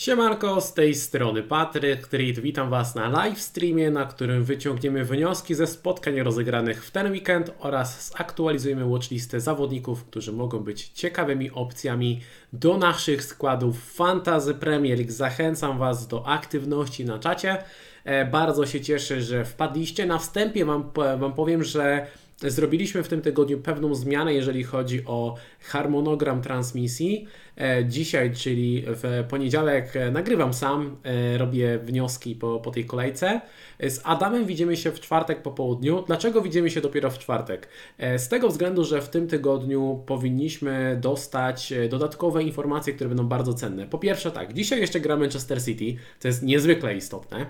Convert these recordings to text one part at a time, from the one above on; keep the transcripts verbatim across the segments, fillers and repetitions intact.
Siemanko, z tej strony Patryk, Treat. Witam Was na live streamie, na którym wyciągniemy wnioski ze spotkań rozegranych w ten weekend oraz zaktualizujemy watchlistę zawodników, którzy mogą być ciekawymi opcjami do naszych składów Fantasy Premier League. Zachęcam Was do aktywności na czacie. Bardzo się cieszę, że wpadliście. Na wstępie Wam, wam powiem, że zrobiliśmy w tym tygodniu pewną zmianę, jeżeli chodzi o harmonogram transmisji. Dzisiaj, czyli w poniedziałek, nagrywam sam, robię wnioski po, po tej kolejce. Z Adamem widzimy się w czwartek po południu. Dlaczego widzimy się dopiero w czwartek? Z tego względu, że w tym tygodniu powinniśmy dostać dodatkowe informacje, które będą bardzo cenne. Po pierwsze tak, dzisiaj jeszcze gra Manchester City, co jest niezwykle istotne.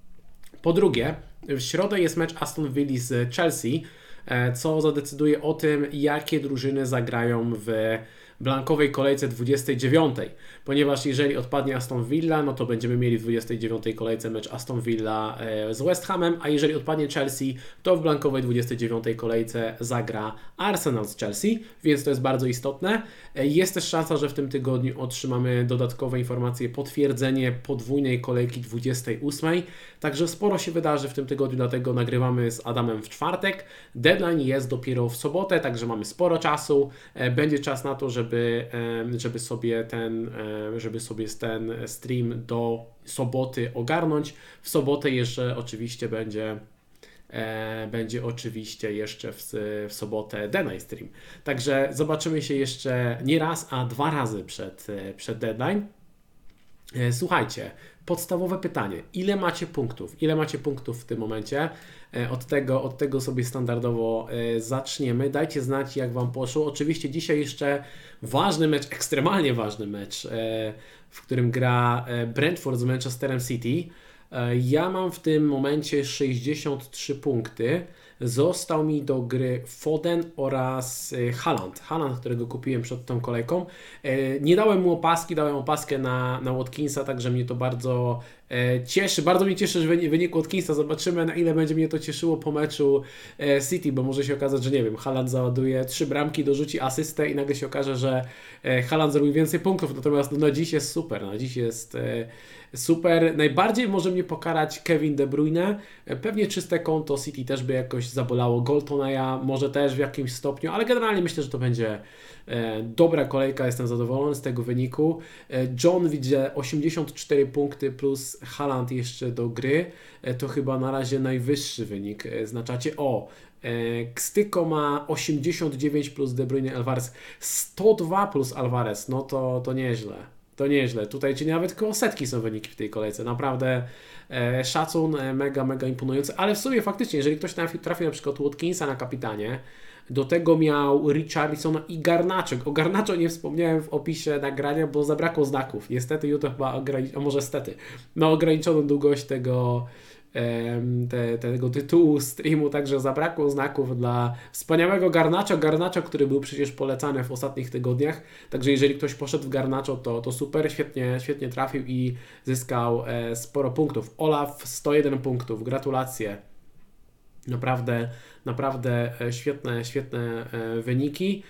Po drugie, w środę jest mecz Aston Villa z Chelsea, co zadecyduje o tym, jakie drużyny zagrają w blankowej kolejce dwudziestej dziewiątej. Ponieważ jeżeli odpadnie Aston Villa, no to będziemy mieli w dwudziestej dziewiątej kolejce mecz Aston Villa z West Hamem, a jeżeli odpadnie Chelsea, to w blankowej dwudziestej dziewiątej kolejce zagra Arsenal z Chelsea, więc to jest bardzo istotne. Jest też szansa, że w tym tygodniu otrzymamy dodatkowe informacje, potwierdzenie podwójnej kolejki dwudziestej ósmej, także sporo się wydarzy w tym tygodniu, dlatego nagrywamy z Adamem w czwartek. Deadline jest dopiero w sobotę, także mamy sporo czasu. Będzie czas na to, żeby, żeby sobie ten, żeby sobie ten stream do soboty ogarnąć. W sobotę jeszcze oczywiście będzie będzie oczywiście jeszcze w, w sobotę Deadline Stream. Także zobaczymy się jeszcze nie raz, a dwa razy przed, przed Deadline. Słuchajcie, podstawowe pytanie. Ile macie punktów? Ile macie punktów w tym momencie? Od tego, od tego sobie standardowo zaczniemy. Dajcie znać, jak Wam poszło. Oczywiście dzisiaj jeszcze ważny mecz, ekstremalnie ważny mecz, w którym gra Brentford z Manchesterem City. Ja mam w tym momencie sześćdziesiąt trzy punkty. Został mi do gry Foden oraz Haaland. Haaland, którego kupiłem przed tą kolejką. Nie dałem mu opaski, dałem opaskę na, na Watkinsa, także mnie to bardzo cieszy. Bardzo mnie cieszy, że wynik Watkinsa. Zobaczymy, na ile będzie mnie to cieszyło po meczu City, bo może się okazać, że nie wiem, Haaland załaduje trzy bramki, dorzuci asystę i nagle się okaże, że Haaland zrobił więcej punktów. Natomiast no, na dziś jest super. Na dziś jest super. Najbardziej może mnie pokarać Kevin De Bruyne. Pewnie czyste konto City też by jakoś zabolało. Goltoneya może też w jakimś stopniu, ale generalnie myślę, że to będzie dobra kolejka. Jestem zadowolony z tego wyniku. John widzę osiemdziesiąt cztery punkty plus Haaland jeszcze do gry. To chyba na razie najwyższy wynik znaczacie. O, Kstyko ma osiemdziesiąt dziewięć plus De Bruyne, Alvarez sto dwa plus Alvarez. No to, to nieźle. To nieźle. Tutaj czyli nawet koło setki są wyniki w tej kolejce. Naprawdę e, szacun, e, mega, mega imponujący. Ale w sumie faktycznie, jeżeli ktoś trafił, trafił na przykład Watkinsa na kapitanie, do tego miał Richarlisona i Garnacho. O Garnacho nie wspomniałem w opisie nagrania, bo zabrakło znaków. Niestety YouTube chyba ograniczył, a może stety, ma ograniczoną długość tego Te, tego tytułu streamu, także zabrakło znaków dla wspaniałego Garnacho, Garnacho, który był przecież polecany w ostatnich tygodniach, także jeżeli ktoś poszedł w Garnacho, to, to super, świetnie, świetnie trafił i zyskał e, sporo punktów. Olaf sto jeden punktów, gratulacje. Naprawdę, naprawdę świetne, świetne wyniki.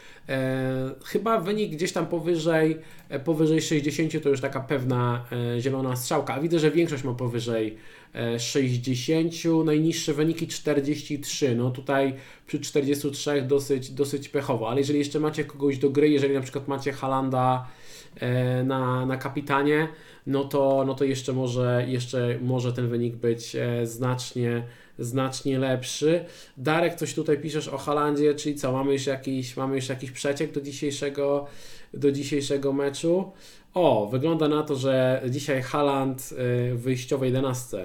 Chyba wynik gdzieś tam powyżej, powyżej sześćdziesiąt to już taka pewna zielona strzałka. A widzę, że większość ma powyżej sześćdziesiąt, najniższe wyniki czterdzieści trzy. No tutaj przy czterdziestu trzech dosyć, dosyć pechowo, ale jeżeli jeszcze macie kogoś do gry, jeżeli na przykład macie Haalanda na, na kapitanie, no to, no to jeszcze, może, jeszcze może ten wynik być znacznie znacznie lepszy. Darek, coś tutaj piszesz o Haalandzie, czyli co, mamy już jakiś, mamy już jakiś przeciek do dzisiejszego, do dzisiejszego meczu? O, wygląda na to, że dzisiaj Haaland w wyjściowej jedenastce.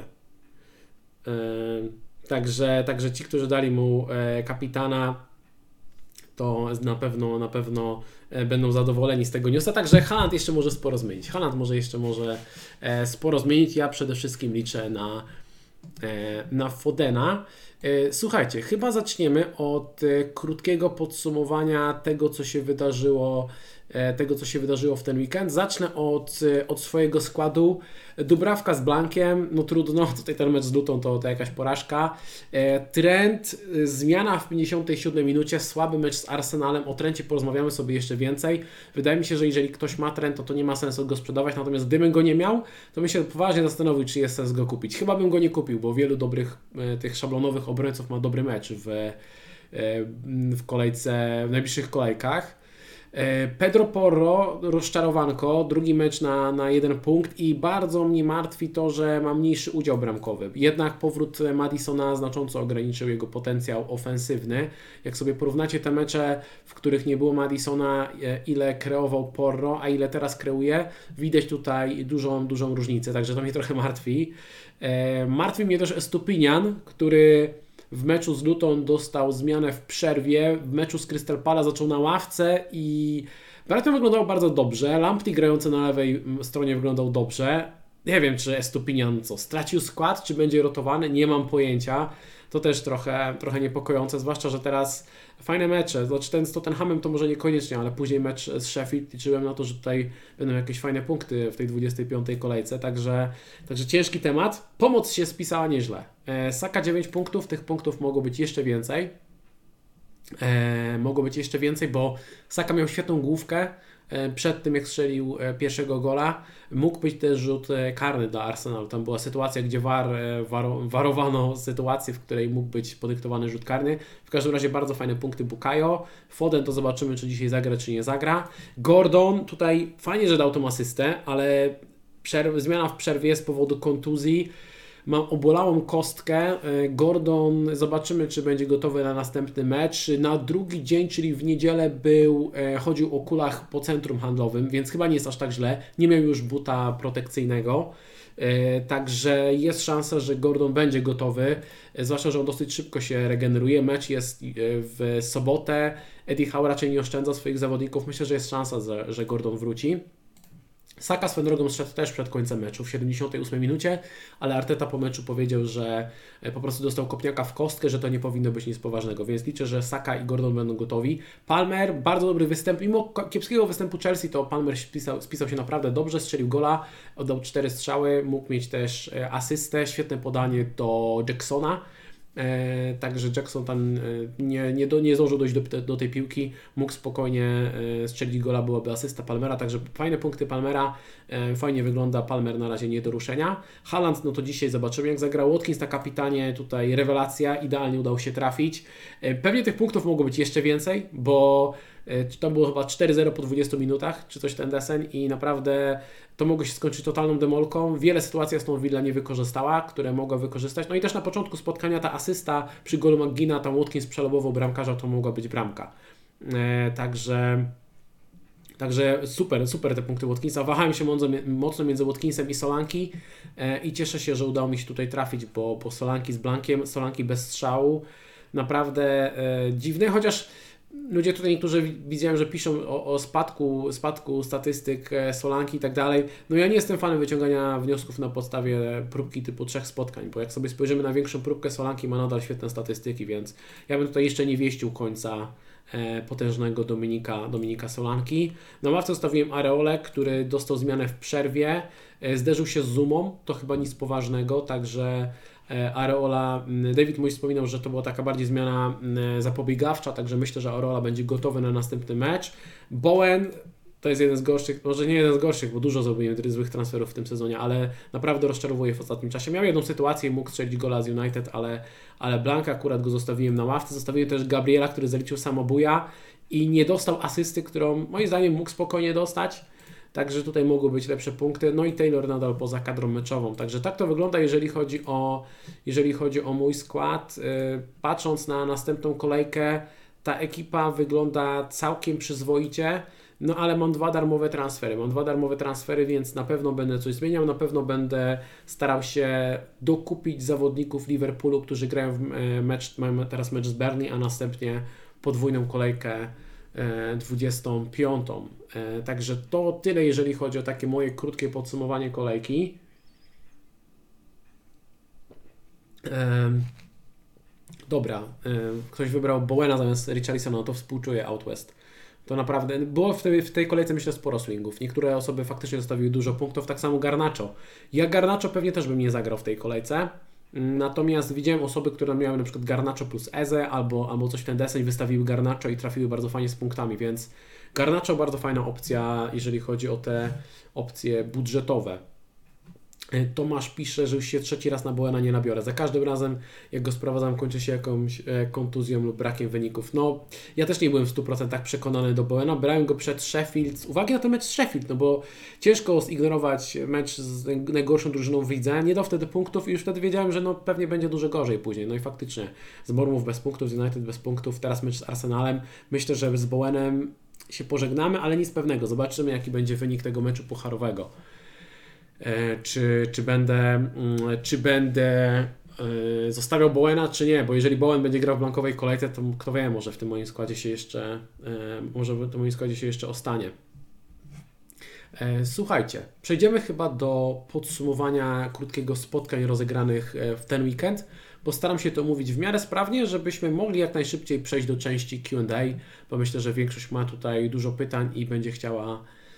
Także, także ci, którzy dali mu kapitana, to na pewno, na pewno będą zadowoleni z tego newsa. Także Haaland jeszcze może sporo zmienić. Haaland może jeszcze może sporo zmienić. Ja przede wszystkim liczę na na Fodena. Słuchajcie, chyba zaczniemy od krótkiego podsumowania tego, co się wydarzyło tego, co się wydarzyło w ten weekend. Zacznę od, od swojego składu. Dubravka z Blankiem, no trudno, tutaj ten mecz z Lutą to, to jakaś porażka. Trent, zmiana w pięćdziesiątej siódmej minucie, słaby mecz z Arsenalem, o Trencie porozmawiamy sobie jeszcze więcej. Wydaje mi się, że jeżeli ktoś ma Trent, to, to nie ma sensu go sprzedawać, natomiast gdybym go nie miał, to bym się poważnie zastanowił, czy jest sens go kupić. Chyba bym go nie kupił, bo wielu dobrych, tych szablonowych obrońców ma dobry mecz w, w kolejce, w najbliższych kolejkach. Pedro Porro, rozczarowanko, drugi mecz na, na jeden punkt i bardzo mnie martwi to, że ma mniejszy udział bramkowy. Jednak powrót Maddisona znacząco ograniczył jego potencjał ofensywny. Jak sobie porównacie te mecze, w których nie było Maddisona, ile kreował Porro, a ile teraz kreuje, widać tutaj dużą, dużą różnicę, także to mnie trochę martwi. Martwi mnie też Estupinian, który w meczu z Luton dostał zmianę w przerwie, w meczu z Crystal Palace zaczął na ławce i Brighton wyglądał bardzo dobrze, Lamptey grający na lewej stronie wyglądał dobrze. Nie wiem, czy Estupinian co, stracił skład, czy będzie rotowany, nie mam pojęcia. To też trochę, trochę niepokojące, zwłaszcza, że teraz fajne mecze, znaczy ten z Tottenhamem to może niekoniecznie, ale później mecz z Sheffield, liczyłem na to, że tutaj będą jakieś fajne punkty w tej dwudziestej piątej kolejce, także, także ciężki temat. Pomoc się spisała nieźle. E, Saka dziewięć punktów, tych punktów mogło być jeszcze więcej. E, mogło być jeszcze więcej, bo Saka miał świetną główkę przed tym, jak strzelił pierwszego gola. Mógł być też rzut karny dla Arsenalu. Tam była sytuacja, gdzie war, war, warowano sytuację, w której mógł być podyktowany rzut karny. W każdym razie bardzo fajne punkty Bukayo. Foden to zobaczymy, czy dzisiaj zagra, czy nie zagra. Gordon, tutaj fajnie, że dał tą asystę, ale przerw- zmiana w przerwie z powodu kontuzji. Mam obolałą kostkę. Gordon, zobaczymy, czy będzie gotowy na następny mecz. Na drugi dzień, czyli w niedzielę był, chodził o kulach po centrum handlowym, więc chyba nie jest aż tak źle. Nie miał już buta protekcyjnego. Także jest szansa, że Gordon będzie gotowy, zwłaszcza, że on dosyć szybko się regeneruje. Mecz jest w sobotę. Eddie Howe raczej nie oszczędza swoich zawodników. Myślę, że jest szansa, że Gordon wróci. Saka swoją drogą zszedł też przed końcem meczu w siedemdziesiątej ósmej minucie, ale Arteta po meczu powiedział, że po prostu dostał kopniaka w kostkę, że to nie powinno być nic poważnego, więc liczę, że Saka i Gordon będą gotowi. Palmer, bardzo dobry występ, mimo kiepskiego występu Chelsea, to Palmer spisał, spisał się naprawdę dobrze, strzelił gola, oddał cztery strzały, mógł mieć też asystę, świetne podanie do Jacksona. E, także Jackson tam e, nie, nie, do, nie zdążył dojść do, do tej piłki, mógł spokojnie e, strzelić gola, byłaby asysta Palmera, także fajne punkty Palmera, e, fajnie wygląda Palmer, na razie nie do ruszenia. Haaland, no to dzisiaj zobaczymy, jak zagrał. Watkins na kapitanie, tutaj rewelacja, idealnie udało się trafić. E, pewnie tych punktów mogło być jeszcze więcej, bo e, to było chyba cztery zero po dwudziestu minutach, czy coś ten deseń i naprawdę to mogło się skończyć totalną demolką. Wiele sytuacji Aston Villa nie wykorzystała, które mogła wykorzystać. No i też na początku spotkania ta asysta przy golu McGinna, tam Watkins przelobował bramkarza, to mogła być bramka. E, także, także super, super te punkty Watkinsa. Wahałem się mocno, mocno między Watkinsem i Solanki e, i cieszę się, że udało mi się tutaj trafić, bo po Solanki z Blankiem, Solanki bez strzału. Naprawdę e, dziwny, chociaż ludzie tutaj niektórzy widziałem, że piszą o, o spadku, spadku statystyk Solanki i tak dalej. No ja nie jestem fanem wyciągania wniosków na podstawie próbki typu trzech spotkań, bo jak sobie spojrzymy na większą próbkę, Solanki ma nadal świetne statystyki, więc ja bym tutaj jeszcze nie wieścił końca e, potężnego Dominika, Dominika Solanki. Na ławce zostawiłem Areolę, który dostał zmianę w przerwie, e, zderzył się z Zumą, to chyba nic poważnego, także Areola, David Moyes wspominał, że to była taka bardziej zmiana zapobiegawcza, także myślę, że Areola będzie gotowy na następny mecz. Bowen to jest jeden z gorszych, może nie jeden z gorszych, bo dużo zrobiłem złych transferów w tym sezonie, ale naprawdę rozczarowuje w ostatnim czasie. Miał jedną sytuację, mógł strzelić gola z United, ale, ale Blanka akurat go zostawiłem na ławce. Zostawiłem też Gabriela, który zaliczył samobuja i nie dostał asysty, którą moim zdaniem mógł spokojnie dostać. Także tutaj mogły być lepsze punkty. No i Taylor nadal poza kadrą meczową. Także tak to wygląda, jeżeli chodzi o, jeżeli chodzi o mój skład. Yy, patrząc na następną kolejkę, ta ekipa wygląda całkiem przyzwoicie. No ale mam dwa darmowe transfery. Mam dwa darmowe transfery, więc na pewno będę coś zmieniał. Na pewno będę starał się dokupić zawodników Liverpoolu, którzy grają w mecz, mają teraz mecz z Burnley, a następnie podwójną kolejkę dwudziestą piątą. Także to tyle, jeżeli chodzi o takie moje krótkie podsumowanie kolejki. Dobra, ktoś wybrał Bowena zamiast Richarlisona, no to współczuję Out West. To naprawdę, było w tej, w tej kolejce myślę sporo swingów. Niektóre osoby faktycznie zostawiły dużo punktów, tak samo Garnacho. Ja Garnacho pewnie też bym nie zagrał w tej kolejce. Natomiast widziałem osoby, które miały na przykład Garnacho plus Eze albo, albo coś w ten deseń, wystawiły Garnacho i trafiły bardzo fajnie z punktami, więc Garnacho bardzo fajna opcja, jeżeli chodzi o te opcje budżetowe. Tomasz pisze, że już się trzeci raz na Bowena nie nabiorę. Za każdym razem, jak go sprowadzam, kończy się jakąś kontuzją lub brakiem wyników. No, ja też nie byłem w stu procentach przekonany do Bowena. Brałem go przed Sheffield. Z uwagi na ten mecz z Sheffield, no bo ciężko zignorować mecz z najgorszą drużyną w lidze. Nie dał wtedy punktów i już wtedy wiedziałem, że no pewnie będzie dużo gorzej później. No i faktycznie z Bournemouth bez punktów, z United bez punktów, teraz mecz z Arsenalem. Myślę, że z Bowenem się pożegnamy, ale nic pewnego. Zobaczymy, jaki będzie wynik tego meczu pucharowego. Czy, czy będę, czy będę yy, zostawiał Bowena, czy nie, bo jeżeli Bowen będzie grał w blankowej kolejce, to kto wie, może w tym moim składzie się jeszcze yy, może w tym moim składzie się jeszcze ostanie. Yy, słuchajcie, przejdziemy chyba do podsumowania krótkiego spotkań rozegranych w ten weekend, bo staram się to mówić w miarę sprawnie, żebyśmy mogli jak najszybciej przejść do części Q and A, bo myślę, że większość ma tutaj dużo pytań i będzie chciała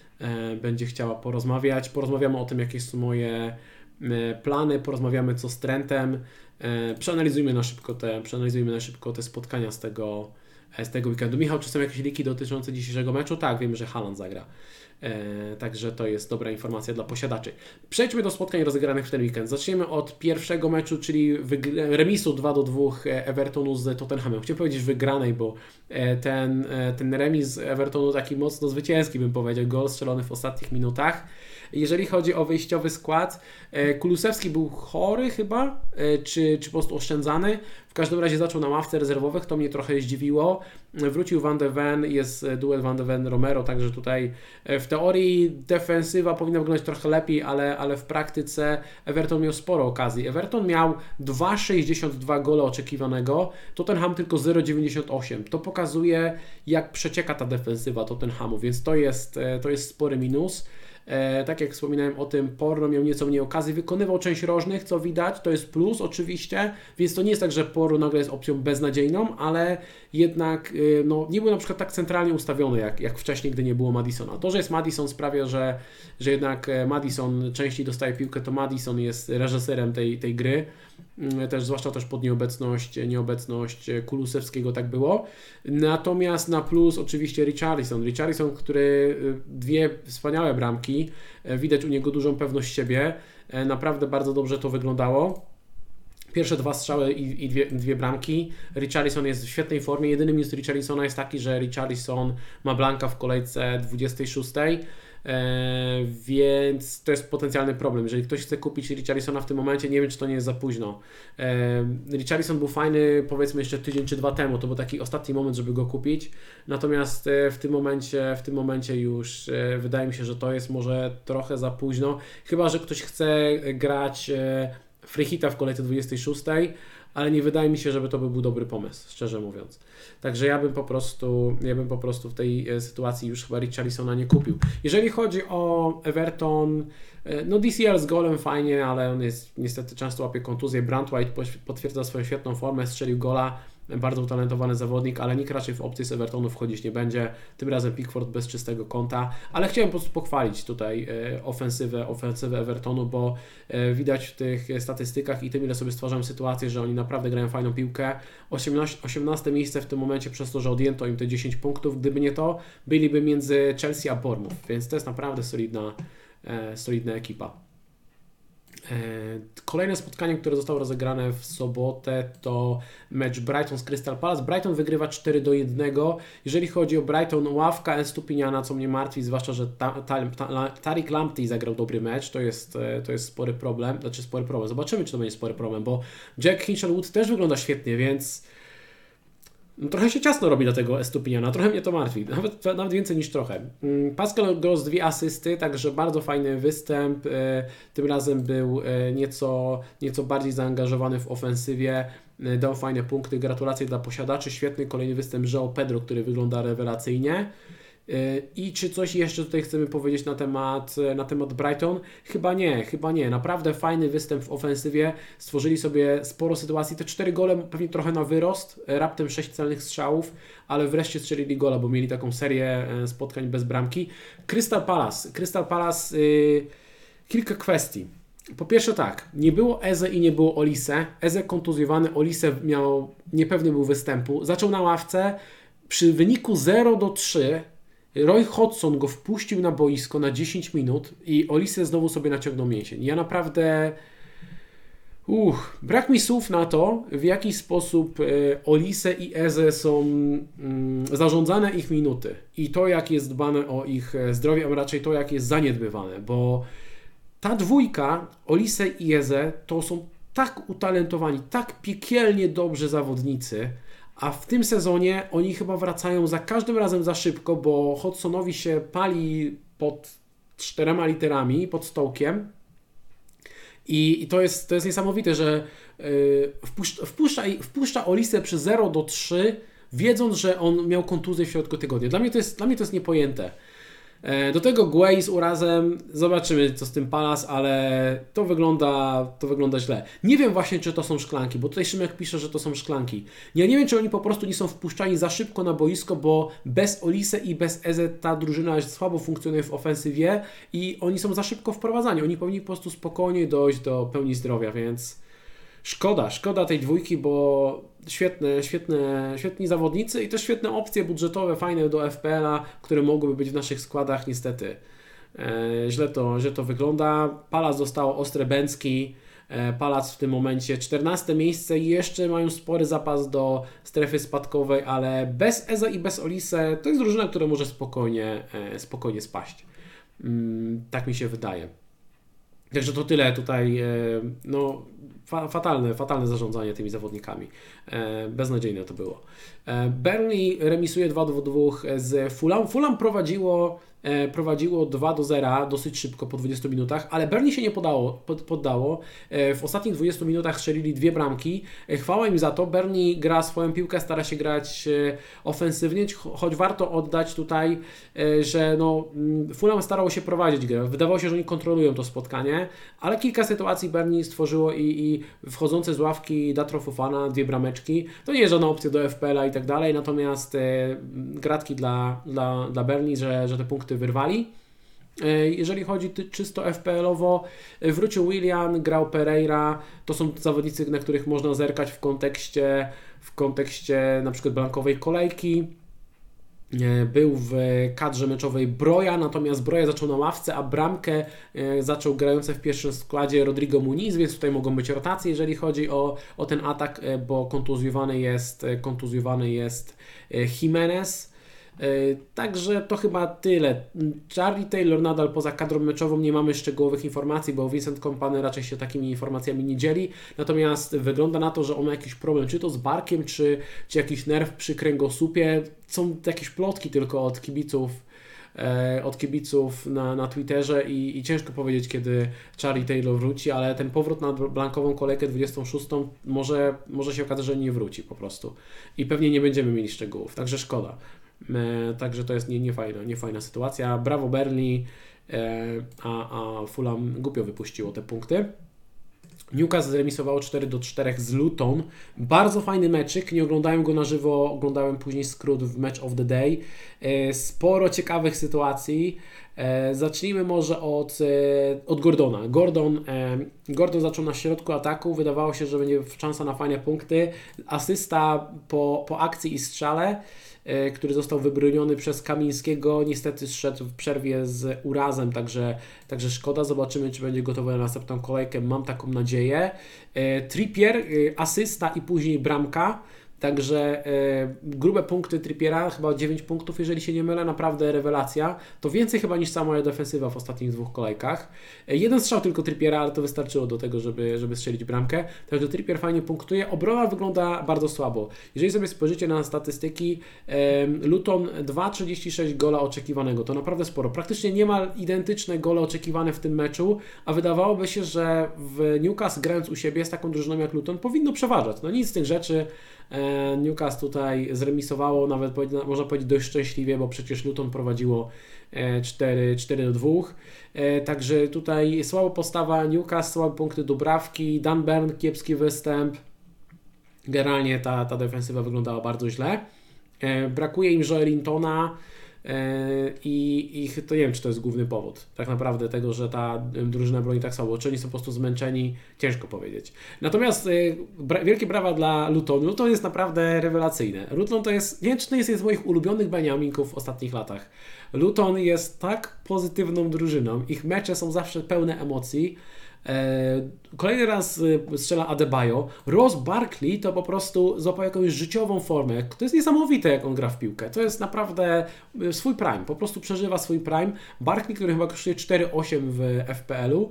będzie chciała porozmawiać. Porozmawiamy o tym, jakie są moje plany, porozmawiamy co z Trentem, przeanalizujmy na szybko te, przeanalizujmy na szybko te spotkania z tego, z tego weekendu. Michał, czy są jakieś liki dotyczące dzisiejszego meczu? Tak, wiemy, że Haaland zagra. E, także to jest dobra informacja dla posiadaczy. Przejdźmy do spotkań rozegranych w ten weekend. Zaczniemy od pierwszego meczu, czyli remisu dwa do dwóch Evertonu z Tottenhamem. Chciałem powiedzieć wygranej, bo ten, ten remis Evertonu taki mocno zwycięski, bym powiedział. Gol strzelony w ostatnich minutach. Jeżeli chodzi o wyjściowy skład, Kulusewski był chory chyba, czy, czy po prostu oszczędzany. W każdym razie zaczął na ławce rezerwowych, to mnie trochę zdziwiło. Wrócił Van de Ven, jest duet Van de Ven-Romero, także tutaj w teorii defensywa powinna wyglądać trochę lepiej, ale, ale w praktyce Everton miał sporo okazji. Everton miał dwa przecinek sześćdziesiąt dwa gole oczekiwanego, Tottenham tylko zero przecinek dziewięćdziesiąt osiem. To pokazuje, jak przecieka ta defensywa Tottenhamu, więc to jest, to jest spory minus. E, tak jak wspominałem o tym, Porro miał nieco mniej okazji, wykonywał część rożnych, co widać, to jest plus oczywiście, więc to nie jest tak, że Porro nagle jest opcją beznadziejną, ale jednak y, no, nie był na przykład tak centralnie ustawiony jak, jak wcześniej, gdy nie było Maddisona. To, że jest Maddison sprawia, że, że jednak Maddison częściej dostaje piłkę, to Maddison jest reżyserem tej, tej gry, y, też zwłaszcza też pod nieobecność, nieobecność Kulusewskiego tak było. Natomiast na plus oczywiście Richarlison, Richarlison, który dwie wspaniałe bramki, widać u niego dużą pewność siebie, naprawdę bardzo dobrze to wyglądało. Pierwsze dwa strzały i, i dwie, dwie bramki. Richarlison jest w świetnej formie. Jedyny minus Richarlisona jest taki, że Richarlison ma blanka w kolejce dwudziestej szóstej, e, więc to jest potencjalny problem. Jeżeli ktoś chce kupić Richarlisona w tym momencie, nie wiem, czy to nie jest za późno. E, Richarlison był fajny, powiedzmy jeszcze tydzień czy dwa temu, to był taki ostatni moment, żeby go kupić. Natomiast e, w tym momencie, w tym momencie już e, wydaje mi się, że to jest może trochę za późno. Chyba że ktoś chce grać e, free hita w kolejce dwudziestej szóstej, ale nie wydaje mi się, żeby to był dobry pomysł, szczerze mówiąc. Także ja bym po prostu, ja bym po prostu w tej sytuacji już chyba Richarlisona nie kupił. Jeżeli chodzi o Everton, no D C L z golem fajnie, ale on jest niestety często łapie kontuzję. Brantwaite potwierdza swoją świetną formę, strzelił gola, bardzo utalentowany zawodnik, ale nikt raczej w opcję z Evertonu wchodzić nie będzie. Tym razem Pickford bez czystego konta, ale chciałem po prostu pochwalić tutaj ofensywę, ofensywę Evertonu, bo widać w tych statystykach i tym, ile sobie stwarzam sytuację, że oni naprawdę grają fajną piłkę. osiemnaste miejsce w tym momencie przez to, że odjęto im te dziesięć punktów. Gdyby nie to, byliby między Chelsea a Bournemouth, więc to jest naprawdę solidna, solidna ekipa. Kolejne spotkanie, które zostało rozegrane w sobotę, to mecz Brighton z Crystal Palace. Brighton wygrywa cztery do jednego. Jeżeli chodzi o Brighton, ławka Estupiniana, co mnie martwi, zwłaszcza, że ta, ta, ta, Tariq Lamptey zagrał dobry mecz, to jest, to jest spory problem, znaczy spory problem. Zobaczymy, czy to będzie spory problem, bo Jack Hinchelwood też wygląda świetnie, więc no, trochę się ciasno robi dla tego Estupiniana, trochę mnie to martwi, nawet, nawet więcej niż trochę. Pascal Gross dwie asysty, także bardzo fajny występ, tym razem był nieco, nieco bardziej zaangażowany w ofensywie, dał fajne punkty, gratulacje dla posiadaczy, świetny kolejny występ João Pedro, który wygląda rewelacyjnie. I czy coś jeszcze tutaj chcemy powiedzieć na temat, na temat Brighton? Chyba nie, chyba nie. Naprawdę fajny występ w ofensywie. Stworzyli sobie sporo sytuacji. Te cztery gole pewnie trochę na wyrost, raptem sześć celnych strzałów, ale wreszcie strzelili gola, bo mieli taką serię spotkań bez bramki. Crystal Palace. Crystal Palace, yy, kilka kwestii. Po pierwsze tak, nie było Eze i nie było Olise. Eze kontuzjowany, Olise miał, niepewny był występu. Zaczął na ławce. Przy wyniku zero do trzech Roy Hodgson go wpuścił na boisko na dziesięć minut i Olise znowu sobie naciągnął mięsień. Ja naprawdę... Uch, brak mi słów na to, w jaki sposób Olise i Eze są mm, zarządzane ich minuty i to, jak jest dbane o ich zdrowie, a raczej to, jak jest zaniedbywane, bo ta dwójka, Olise i Eze, to są tak utalentowani, tak piekielnie dobrzy zawodnicy, a w tym sezonie oni chyba wracają za każdym razem za szybko, bo Hodgsonowi się pali pod czterema literami, pod stołkiem. I, i to, jest, to jest niesamowite, że yy, wpuszcza, wpuszcza, wpuszcza Olise przy zero do trzech, wiedząc, że on miał kontuzję w środku tygodnia. Dla mnie to jest, dla mnie to jest niepojęte. Do tego Guay z urazem, zobaczymy co z tym Palace, ale to wygląda, to wygląda źle. Nie wiem właśnie, czy to są szklanki, bo tutaj Szymek pisze, że to są szklanki. Ja nie wiem, czy oni po prostu nie są wpuszczani za szybko na boisko, bo bez Olise i bez Eze ta drużyna słabo funkcjonuje w ofensywie i oni są za szybko wprowadzani. Oni powinni po prostu spokojnie dojść do pełni zdrowia, więc szkoda, szkoda tej dwójki, bo świetne, świetne, świetni zawodnicy i też świetne opcje budżetowe, fajne do F P L-a, które mogłyby być w naszych składach, niestety. E, źle, to, źle to wygląda. Palace dostało ostre bęcki. E, Palace w tym momencie czternaste miejsce i jeszcze mają spory zapas do strefy spadkowej, ale bez Eze i bez Olise to jest drużyna, która może spokojnie, e, spokojnie spaść. Mm, tak mi się wydaje. Także to tyle tutaj, no fatalne, fatalne zarządzanie tymi zawodnikami. Beznadziejne to było. Burnley remisuje dwa do dwóch z Fulham. Fulham prowadziło, prowadziło dwa do zera dosyć szybko po dwudziestu minutach, ale Burnley się nie podało, poddało. W ostatnich dwudziestu minutach strzelili dwie bramki. Chwała im za to. Burnley gra swoją piłkę, stara się grać ofensywnie, choć warto oddać tutaj, że no, Fulham starał się prowadzić grę. Wydawało się, że oni kontrolują to spotkanie, ale kilka sytuacji Burnley stworzyło i, i wchodzące z ławki Datro Fofana, dwie brameczki. To nie jest żadna opcja do F P L-a i tak dalej, natomiast e, gratki dla, dla, dla Burnley, że, że te punkty wyrwali. E, jeżeli chodzi ty, czysto F P L-owo, e, wrócił Willian, grał Pereira, to są zawodnicy, na których można zerkać w kontekście, w kontekście na przykład blankowej kolejki. Był w kadrze meczowej Broja, natomiast Broja zaczął na ławce, a bramkę zaczął grający w pierwszym składzie Rodrigo Muniz, więc tutaj mogą być rotacje, jeżeli chodzi o, o ten atak, bo kontuzjowany jest, kontuzjowany jest Jimenez. Także to chyba tyle. Charlie Taylor nadal poza kadrą meczową, nie mamy szczegółowych informacji, bo Vincent Kompany raczej się takimi informacjami nie dzieli, natomiast wygląda na to, że on ma jakiś problem, czy to z barkiem, czy, czy jakiś nerw przy kręgosłupie. Są jakieś plotki tylko od kibiców e, od kibiców na, na Twitterze i, i ciężko powiedzieć, kiedy Charlie Taylor wróci, ale ten powrót na blankową kolejkę dwudziestą szóstą może, może się okazać, że nie wróci po prostu i pewnie nie będziemy mieli szczegółów, także szkoda. Także to jest niefajna, nie niefajna sytuacja. Brawo Burnley, a, a Fulham głupio wypuściło te punkty. Newcastle zremisowało cztery do czterech z Luton. Bardzo fajny meczyk, nie oglądałem go na żywo, oglądałem później skrót w Match of the Day. Sporo ciekawych sytuacji. Zacznijmy może od, od Gordona. Gordon, Gordon zaczął na środku ataku, wydawało się, że będzie szansa na fajne punkty. Asysta po, po akcji i strzale, który został wybroniony przez Kamińskiego, niestety zszedł w przerwie z urazem, także, także szkoda, zobaczymy, czy będzie gotowy na następną kolejkę, mam taką nadzieję. Trippier, asysta i później bramka, także e, grube punkty Trippiera, chyba dziewięć punktów, jeżeli się nie mylę, naprawdę rewelacja. To więcej chyba niż sama defensywa w ostatnich dwóch kolejkach. E, jeden strzał tylko Trippiera, ale to wystarczyło do tego, żeby, żeby strzelić bramkę. Także Trippier fajnie punktuje. Obrona wygląda bardzo słabo. Jeżeli sobie spojrzycie na statystyki, e, Luton dwa trzydzieści sześć gola oczekiwanego. To naprawdę sporo. Praktycznie niemal identyczne gole oczekiwane w tym meczu, a wydawałoby się, że w Newcastle grając u siebie z taką drużyną jak Luton powinno przeważać. No nic z tych rzeczy. Newcastle tutaj zremisowało, nawet można powiedzieć dość szczęśliwie, bo przecież Luton prowadziło cztery do dwóch. Także tutaj słaba postawa Newcastle, słabe punkty Dubrawki, Dan Burn, kiepski występ. Generalnie ta, ta defensywa wyglądała bardzo źle. Brakuje im Joelintona i, i to nie wiem, czy to jest główny powód tak naprawdę tego, że ta drużyna broni tak słabo. Czy oni są po prostu zmęczeni? Ciężko powiedzieć. Natomiast bra- wielkie brawa dla Lutonu. Luton jest naprawdę rewelacyjny. Luton to jest, nie wiem, czy to jest jeden z moich ulubionych Beniaminków w ostatnich latach. Luton jest tak pozytywną drużyną. Ich mecze są zawsze pełne emocji. Kolejny raz strzela Adebayo. Ross Barkley to po prostu złapał jakąś życiową formę. To jest niesamowite, jak on gra w piłkę. To jest naprawdę swój prime. Po prostu przeżywa swój prime. Barkley, który chyba kosztuje cztery osiem w F P L-u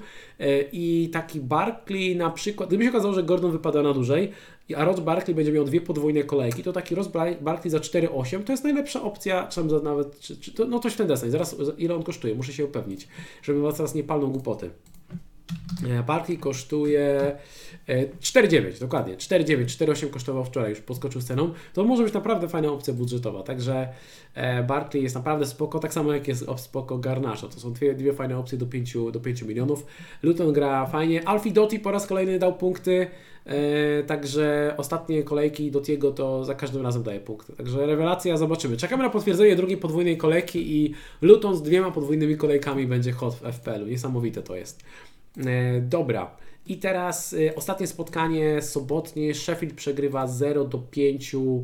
i taki Barkley na przykład, gdyby się okazało, że Gordon wypada na dłużej, a Ross Barkley będzie miał dwie podwójne kolejki, to taki Ross Barkley za cztery osiem to jest najlepsza opcja, czy tam za nawet, czy, czy, to, no coś w ten deseń. Zaraz, ile on kosztuje? Muszę się upewnić, żeby was teraz nie palną głupoty. Barkley kosztuje cztery dziewięć, dokładnie, cztery dziewięć, cztery osiem kosztował wczoraj, już podskoczył z ceną. To może być naprawdę fajna opcja budżetowa, także Barkley jest naprawdę spoko, tak samo jak jest spoko Garnacho. To są dwie, dwie fajne opcje do pięciu, do pięciu milionów. Luton gra fajnie, Alfie Doughty po raz kolejny dał punkty, także ostatnie kolejki Dotiego to za każdym razem daje punkty, także rewelacja, zobaczymy. Czekamy na potwierdzenie drugiej podwójnej kolejki i Luton z dwiema podwójnymi kolejkami będzie hot w F P L-u, niesamowite to jest. Dobra, i teraz y, ostatnie spotkanie sobotnie. Sheffield przegrywa zero do pięciu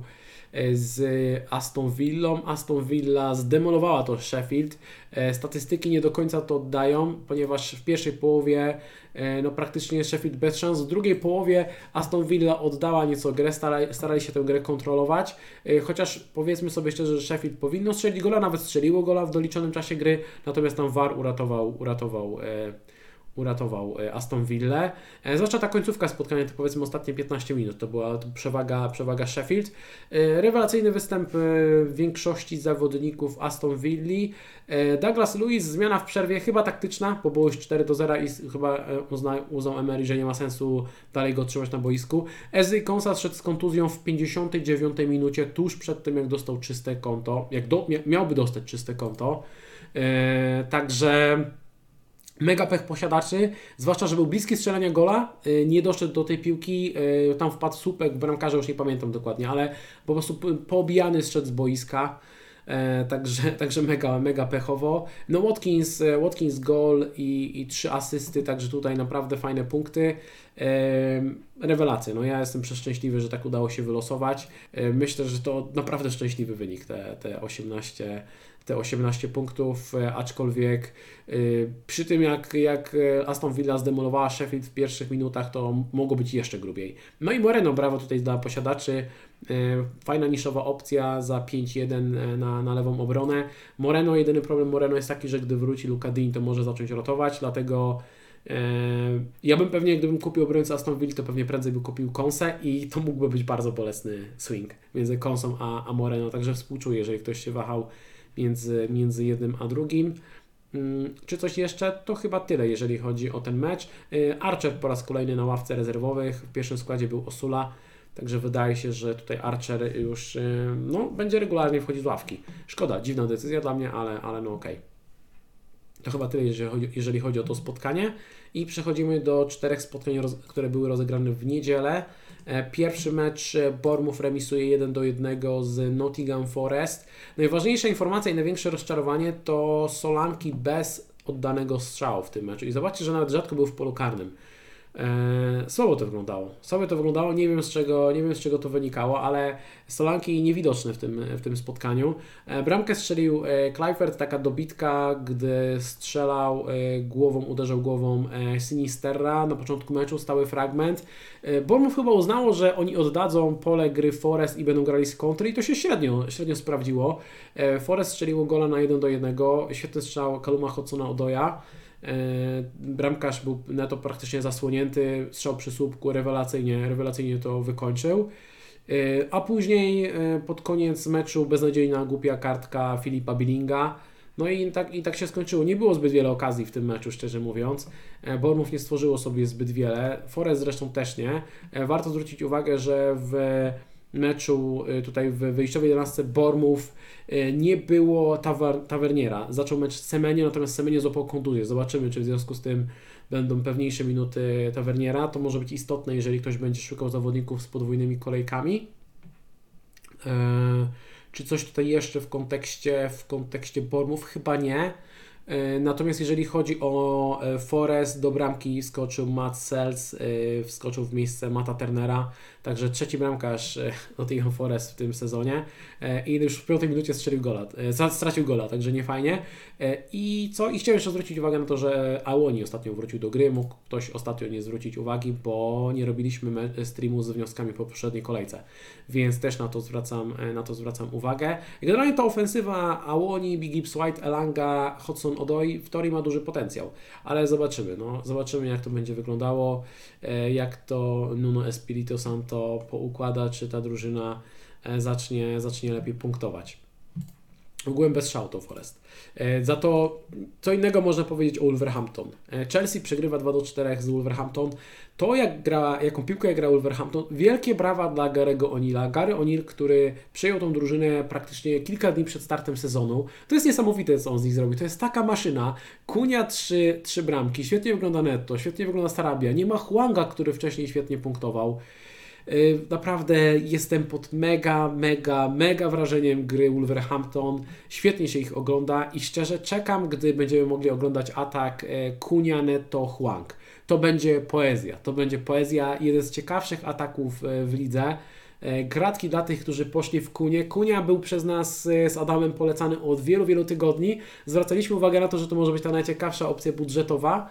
z Aston Villą. Aston Villa zdemolowała to Sheffield. E, statystyki nie do końca to oddają, ponieważ w pierwszej połowie e, no praktycznie Sheffield bez szans. W drugiej połowie Aston Villa oddała nieco grę, starali, starali się tę grę kontrolować, e, chociaż powiedzmy sobie szczerze, że Sheffield powinno strzelić gola, nawet strzeliło gola w doliczonym czasie gry, natomiast tam V A R uratował, uratował e, uratował Aston Villę. E, zwłaszcza ta końcówka spotkania, to powiedzmy ostatnie piętnaście minut, to była przewaga, przewaga Sheffield. E, rewelacyjny występ e, większości zawodników Aston Villi. E, Douglas Luiz, zmiana w przerwie, chyba taktyczna, bo było już cztery do zera i chyba uzna, uznał Emery, że nie ma sensu dalej go trzymać na boisku. Ezri Konsa szedł z kontuzją w pięćdziesiątej dziewiątej minucie, tuż przed tym, jak dostał czyste konto, jak do, miałby dostać czyste konto. E, także mega pech posiadaczy, zwłaszcza, że był bliski strzelania gola, yy, nie doszedł do tej piłki, yy, tam wpadł słupek, bramkarza już nie pamiętam dokładnie, ale po prostu poobijany zszedł z boiska, yy, także, także mega, mega pechowo. No Watkins, Watkins gol i, i trzy asysty, także tutaj naprawdę fajne punkty. Yy, rewelacje, no ja jestem przeszczęśliwy, że tak udało się wylosować. Yy, myślę, że to naprawdę szczęśliwy wynik, te, te osiemnaście te osiemnaście punktów, aczkolwiek yy, przy tym jak, jak Aston Villa zdemolowała Sheffield w pierwszych minutach, to mogło być jeszcze grubiej. No i Moreno, brawo tutaj dla posiadaczy, yy, fajna niszowa opcja za pięć jeden na, na lewą obronę. Moreno, jedyny problem Moreno jest taki, że gdy wróci Luka Dean, to może zacząć rotować, dlatego yy, ja bym pewnie, gdybym kupił obrońcę Aston Villa, to pewnie prędzej bym kupił Konsę i to mógłby być bardzo bolesny swing między Konsą a, a Moreno, także współczuję, jeżeli ktoś się wahał Między, między jednym a drugim. Hmm, czy coś jeszcze? To chyba tyle, jeżeli chodzi o ten mecz. Archer po raz kolejny na ławce rezerwowych. W pierwszym składzie był Osula, także wydaje się, że tutaj Archer już no, będzie regularnie wchodzić z ławki. Szkoda, dziwna decyzja dla mnie, ale, ale no okej. Okay. To chyba tyle, jeżeli chodzi, jeżeli chodzi o to spotkanie. I przechodzimy do czterech spotkań, które były rozegrane w niedzielę. Pierwszy mecz Bournemouth remisuje jeden do jednego z Nottingham Forest. Najważniejsza informacja i największe rozczarowanie to Solanki bez oddanego strzału w tym meczu. I zobaczcie, że nawet rzadko był w polu karnym. Eee, słabo to wyglądało. Słabo to wyglądało, nie wiem z czego, nie wiem z czego to wynikało, ale Solanki niewidoczne w tym, w tym spotkaniu. E, bramkę strzelił e, Kluivert, taka dobitka, gdy strzelał e, głową, uderzał głową e, Sinisterra na początku meczu, stały fragment. E, Bournemouth chyba uznało, że oni oddadzą pole gry Forest i będą grali z kontry i to się średnio, średnio sprawdziło. E, Forest strzeliło gola na jeden do jednego, świetny strzał Kaluma Hodsona-Odoja. Bramkarz był neto praktycznie zasłonięty, strzał przy słupku, rewelacyjnie, rewelacyjnie to wykończył. A później pod koniec meczu beznadziejna głupia kartka Filipa Billinga. No i tak, i tak się skończyło. Nie było zbyt wiele okazji w tym meczu, szczerze mówiąc. Bournemouth nie stworzyło sobie zbyt wiele, Forest zresztą też nie. Warto zwrócić uwagę, że w meczu tutaj w wyjściowej jedenastce Bournemouth nie było tawer, tawerniera. Zaczął mecz Semenyo, natomiast Semenyo złapał kontuzję. Zobaczymy, czy w związku z tym będą pewniejsze minuty tawerniera. To może być istotne, jeżeli ktoś będzie szukał zawodników z podwójnymi kolejkami. Eee, czy coś tutaj jeszcze w kontekście, w kontekście Bournemouth? Chyba nie. Natomiast jeżeli chodzi o Forest, do bramki wskoczył Matt Sells, wskoczył w miejsce Matta Turnera, także trzeci bramkarz Nottingham Forest w tym sezonie i już w piątej minucie strzelił gola, stracił gola, także nie fajnie. I co? I chciałem jeszcze zwrócić uwagę na to, że Awoni ostatnio wrócił do gry, mógł ktoś ostatnio nie zwrócić uwagi, bo nie robiliśmy streamu z wnioskami po poprzedniej kolejce, więc też na to zwracam, na to zwracam uwagę. Generalnie ta ofensywa Awoni, Big Gibbs White, Elanga, Hudson Odoi w teorii ma duży potencjał, ale zobaczymy, no, zobaczymy jak to będzie wyglądało, jak to Nuno Espirito Santo poukłada, czy ta drużyna zacznie, zacznie lepiej punktować. Ogółem bez szału Forest. Za to co innego można powiedzieć o Wolverhampton. Chelsea przegrywa dwa do czterech z Wolverhampton. To jak gra, jaką piłkę gra Wolverhampton, wielkie brawa dla Gary'ego O'Neilla. Gary O'Neill, który przejął tą drużynę praktycznie kilka dni przed startem sezonu. To jest niesamowite, co on z nich zrobił. To jest taka maszyna. Kunia trzy, trzy bramki, świetnie wygląda Netto, świetnie wygląda Sarabia. Nie ma Hwanga, który wcześniej świetnie punktował. Naprawdę jestem pod mega, mega, mega wrażeniem gry Wolverhampton. Świetnie się ich ogląda i szczerze czekam, gdy będziemy mogli oglądać atak Kunia, Netto, Hwang. To będzie poezja. To będzie poezja. Jeden z ciekawszych ataków w lidze. Gratki dla tych, którzy poszli w Kunię. Kunia był przez nas z Adamem polecany od wielu, wielu tygodni. Zwracaliśmy uwagę na to, że to może być ta najciekawsza opcja budżetowa.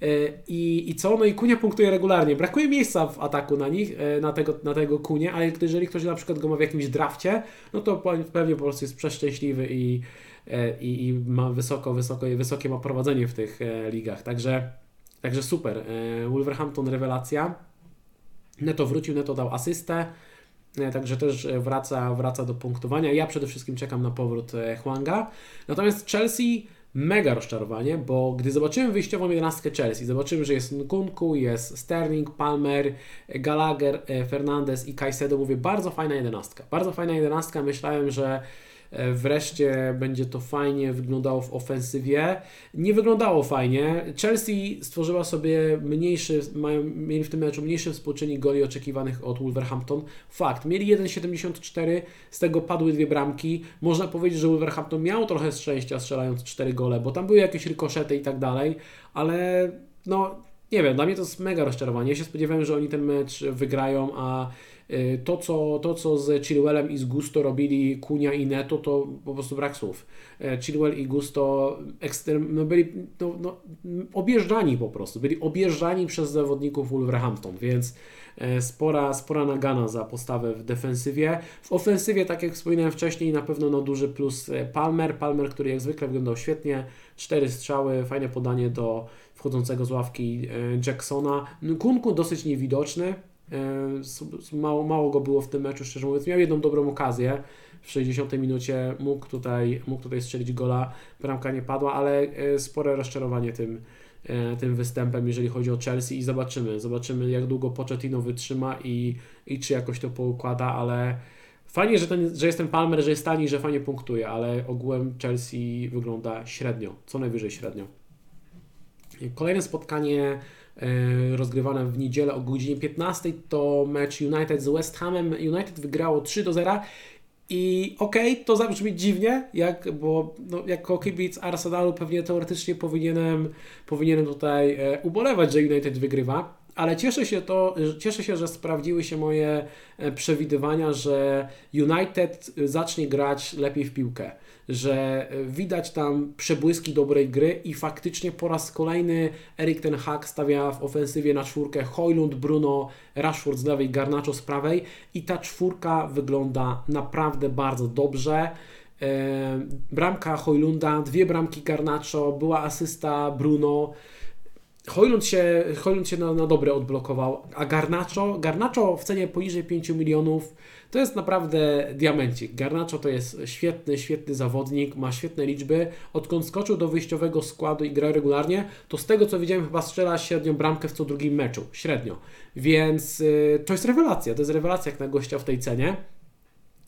I, i co? No i Kunia punktuje regularnie. Brakuje miejsca w ataku na nich, na tego, na tego Kunię, ale jeżeli ktoś na przykład go ma w jakimś drafcie, no to pewnie po prostu jest przeszczęśliwy i, i, i ma wysoko, wysoko, wysokie ma prowadzenie w tych ligach. Także, także super. Wolverhampton rewelacja. Neto wrócił, Neto dał asystę. Także też wraca, wraca do punktowania. Ja przede wszystkim czekam na powrót Hwanga. Natomiast Chelsea mega rozczarowanie, bo gdy zobaczymy wyjściową jedenastkę Chelsea, zobaczymy, że jest Nkunku, jest Sterling, Palmer, Gallagher, Fernandes i Caicedo. Mówię, bardzo fajna jedenastka. Bardzo fajna jedenastka. Myślałem, że wreszcie będzie to fajnie wyglądało w ofensywie. Nie wyglądało fajnie. Chelsea stworzyła sobie mniejszy, mają, mieli w tym meczu mniejszy współczynnik goli oczekiwanych od Wolverhampton. Fakt, mieli jeden przecinek siedemdziesiąt cztery, z tego padły dwie bramki. Można powiedzieć, że Wolverhampton miał trochę szczęścia strzelając cztery gole, bo tam były jakieś rykoszety i tak dalej, ale no nie wiem, dla mnie to jest mega rozczarowanie. Ja się spodziewałem, że oni ten mecz wygrają, a To co, to, co z Chilwellem i z Gusto robili Kunia i Neto, to po prostu brak słów. Chilwell i Gusto ekstrem, no byli no, no, objeżdżani po prostu, byli objeżdżani przez zawodników Wolverhampton, więc spora, spora nagana za postawę w defensywie. W ofensywie, tak jak wspominałem wcześniej, na pewno no, duży plus Palmer, Palmer, który jak zwykle wyglądał świetnie, cztery strzały, fajne podanie do wchodzącego z ławki Jacksona. Nkunku dosyć niewidoczny, Mało, mało go było w tym meczu, szczerze mówiąc. Miał jedną dobrą okazję w sześćdziesiątej minucie, mógł tutaj, mógł tutaj strzelić gola, bramka nie padła, ale spore rozczarowanie tym, tym występem, jeżeli chodzi o Chelsea i zobaczymy, zobaczymy jak długo Pochettino wytrzyma i, i czy jakoś to poukłada, ale fajnie, że, ten, że jest ten Palmer, że jest tani, że fajnie punktuje, ale ogółem Chelsea wygląda średnio, co najwyżej średnio. Kolejne spotkanie rozgrywane w niedzielę o godzinie piętnastej to mecz United z West Hamem. United wygrało trzy do zera i okej, okay, to zabrzmi dziwnie, jak, bo no, jako kibic Arsenalu pewnie teoretycznie powinienem, powinienem tutaj ubolewać, że United wygrywa, ale cieszę się, to, cieszę się, że sprawdziły się moje przewidywania, że United zacznie grać lepiej w piłkę, że widać tam przebłyski dobrej gry i faktycznie po raz kolejny Erik ten Hag stawia w ofensywie na czwórkę Højlund, Bruno, Rashford z lewej, Garnacho z prawej i ta czwórka wygląda naprawdę bardzo dobrze. Bramka Højlunda, dwie bramki Garnacho, była asysta Bruno. Højlund się, Højlund się na, na dobre odblokował, a Garnacho, Garnacho w cenie poniżej pięciu milionów to jest naprawdę diamencik. Garnacho to jest świetny, świetny zawodnik, ma świetne liczby. Odkąd skoczył do wyjściowego składu i gra regularnie, to z tego co widziałem chyba strzela średnią bramkę w co drugim meczu. Średnio. Więc yy, to jest rewelacja. To jest rewelacja jak na gościa w tej cenie.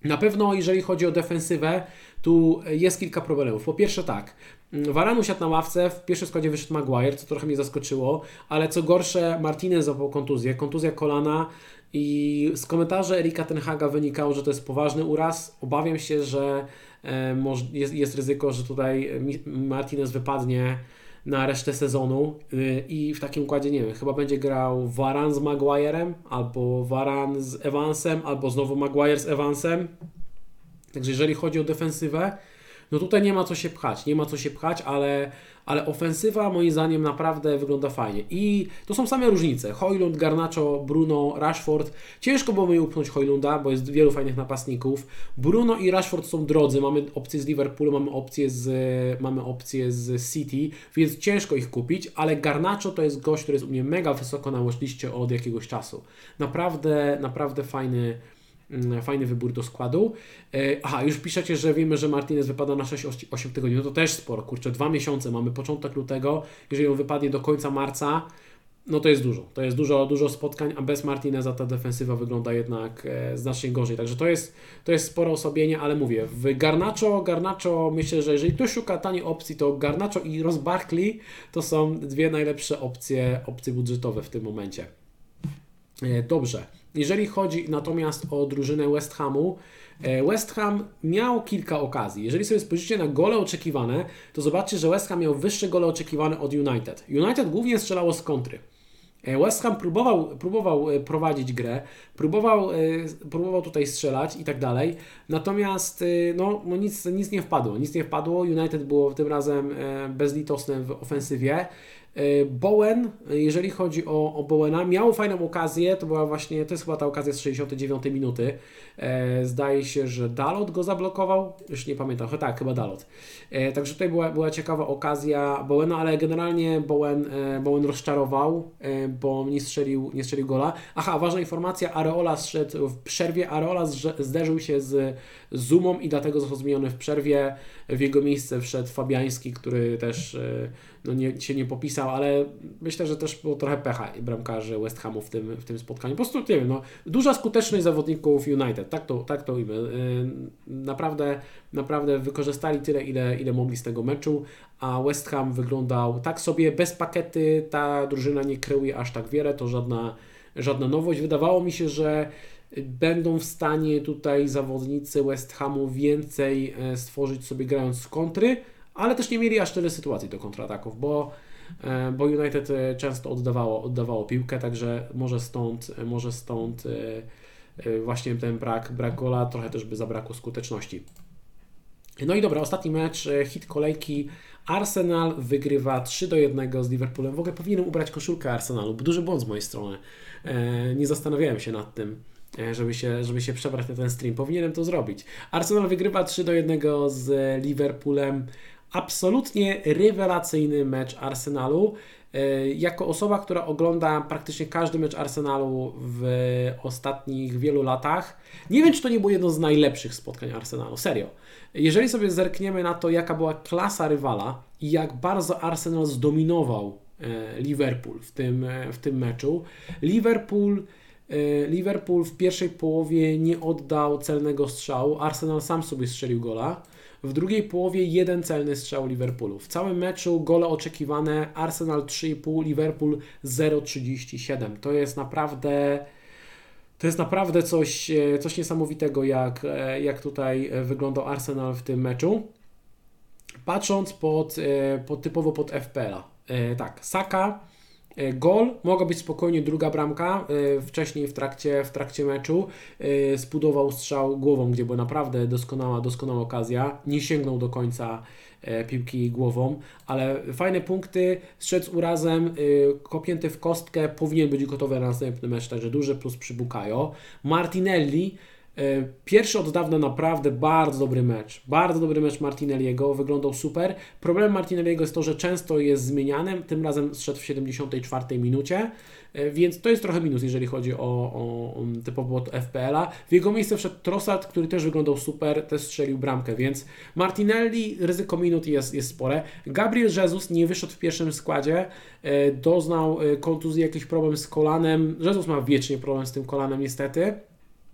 Na pewno jeżeli chodzi o defensywę, tu jest kilka problemów. Po pierwsze tak, Varane usiadł na ławce, w pierwszym składzie wyszedł Maguire, co trochę mnie zaskoczyło, ale co gorsze, Martinez złapał kontuzję, kontuzja kolana i z komentarzy Erika ten Haga wynikało, że to jest poważny uraz. Obawiam się, że e, moż, jest, jest ryzyko, że tutaj Martinez wypadnie na resztę sezonu yy, i w takim układzie, nie wiem, chyba będzie grał Varane z Maguirem, albo Varane z Evansem, albo znowu Maguire z Evansem. Także jeżeli chodzi o defensywę, no tutaj nie ma co się pchać, nie ma co się pchać, ale, ale ofensywa moim zdaniem naprawdę wygląda fajnie. I to są same różnice. Højlund, Garnacho, Bruno, Rashford. Ciężko było mi upchnąć Højlunda, bo jest wielu fajnych napastników. Bruno i Rashford są drodzy. Mamy opcję z Liverpoolu, mamy opcję z, mamy opcję z City, więc ciężko ich kupić, ale Garnacho to jest gość, który jest u mnie mega wysoko na watchliście od jakiegoś czasu. Naprawdę, naprawdę fajny Fajny wybór do składu. Aha, już piszecie, że wiemy, że Martinez wypada na sześć osiem tygodni. No to też sporo, kurczę, dwa miesiące, mamy początek lutego. Jeżeli on wypadnie do końca marca, no to jest dużo. To jest dużo, dużo spotkań, a bez Martineza ta defensywa wygląda jednak e, znacznie gorzej. Także to jest, to jest spore osłabienie, ale mówię, w Garnacho, Garnacho myślę, że jeżeli ktoś szuka taniej opcji, to Garnacho i Ross Barkley to są dwie najlepsze opcje, opcje budżetowe w tym momencie. E, dobrze. Jeżeli chodzi natomiast o drużynę West Hamu, West Ham miał kilka okazji. Jeżeli sobie spojrzycie na gole oczekiwane, to zobaczcie, że West Ham miał wyższe gole oczekiwane od United. United głównie strzelało z kontry. West Ham próbował, próbował prowadzić grę, próbował, próbował tutaj strzelać i tak dalej, natomiast no, no nic, nic nie wpadło, nic nie wpadło. United było tym razem bezlitosne w ofensywie. Bowen, jeżeli chodzi o, o Bowena, miał fajną okazję, to była właśnie, to jest chyba ta okazja z sześćdziesiątej dziewiątej minuty. E, zdaje się, że Dalot go zablokował, już nie pamiętam, tak, chyba Dalot. E, także tutaj była, była ciekawa okazja Bowena, ale generalnie Bowen, e, Bowen rozczarował, e, bo nie strzelił, nie strzelił gola. Aha, ważna informacja, Areola zszedł w przerwie, Areola zderzył się z Zumą i dlatego został zmieniony w przerwie. W jego miejsce wszedł Fabiański, który też e, no nie, się nie popisał, ale myślę, że też było trochę pecha bramkarzy West Hamu w tym, w tym spotkaniu. Po prostu, nie wiem, no, duża skuteczność zawodników United, tak to, tak to ujmę. Naprawdę, naprawdę wykorzystali tyle, ile, ile mogli z tego meczu, a West Ham wyglądał tak sobie, bez Pakety, ta drużyna nie kreuje aż tak wiele, to żadna, żadna nowość. Wydawało mi się, że będą w stanie tutaj zawodnicy West Hamu więcej stworzyć sobie grając z kontry, ale też nie mieli aż tyle sytuacji do kontrataków, bo, bo United często oddawało, oddawało piłkę, także może stąd, może stąd właśnie ten brak, brak gola, trochę też by zabrakło skuteczności. No i dobra, ostatni mecz, hit kolejki. Arsenal wygrywa trzy do jednego z Liverpoolem. W ogóle powinienem ubrać koszulkę Arsenalu, duży błąd z mojej strony. Nie zastanawiałem się nad tym, żeby się, żeby się przebrać na ten stream. Powinienem to zrobić. Arsenal wygrywa trzy do jednego z Liverpoolem. Absolutnie rewelacyjny mecz Arsenalu. Jako osoba, która ogląda praktycznie każdy mecz Arsenalu w ostatnich wielu latach, nie wiem, czy to nie było jedno z najlepszych spotkań Arsenalu. Serio. Jeżeli sobie zerkniemy na to, jaka była klasa rywala i jak bardzo Arsenal zdominował Liverpool w tym, w tym meczu, Liverpool Liverpool w pierwszej połowie nie oddał celnego strzału, Arsenal sam sobie strzelił gola. W drugiej połowie jeden celny strzał Liverpoolu. W całym meczu gole oczekiwane, Arsenal trzy i pół, Liverpool zero przecinek trzydzieści siedem. To jest naprawdę to jest naprawdę coś, coś niesamowitego, jak, jak tutaj wyglądał Arsenal w tym meczu. Patrząc pod, pod typowo pod F P L a. Tak, Saka, gol, mogła być spokojnie druga bramka, wcześniej w trakcie, w trakcie meczu zbudował strzał głową, gdzie była naprawdę doskonała, doskonała okazja, nie sięgnął do końca piłki głową, ale fajne punkty, strzec urazem, kopięty w kostkę, powinien być gotowy na następny mecz, także duży plus przy Bukayo. Martinelli, pierwszy od dawna naprawdę bardzo dobry mecz. Bardzo dobry mecz Martinelliego, wyglądał super. Problem Martinelliego jest to, że często jest zmieniany, tym razem zszedł w siedemdziesiątej czwartej minucie, więc to jest trochę minus, jeżeli chodzi o, o, o typowo od F P L a. W jego miejsce wszedł Trossard, który też wyglądał super, też strzelił bramkę, więc Martinelli, ryzyko minut jest, jest spore. Gabriel Jesus nie wyszedł w pierwszym składzie, doznał kontuzji, jakiś problem z kolanem. Jesus ma wiecznie problem z tym kolanem niestety.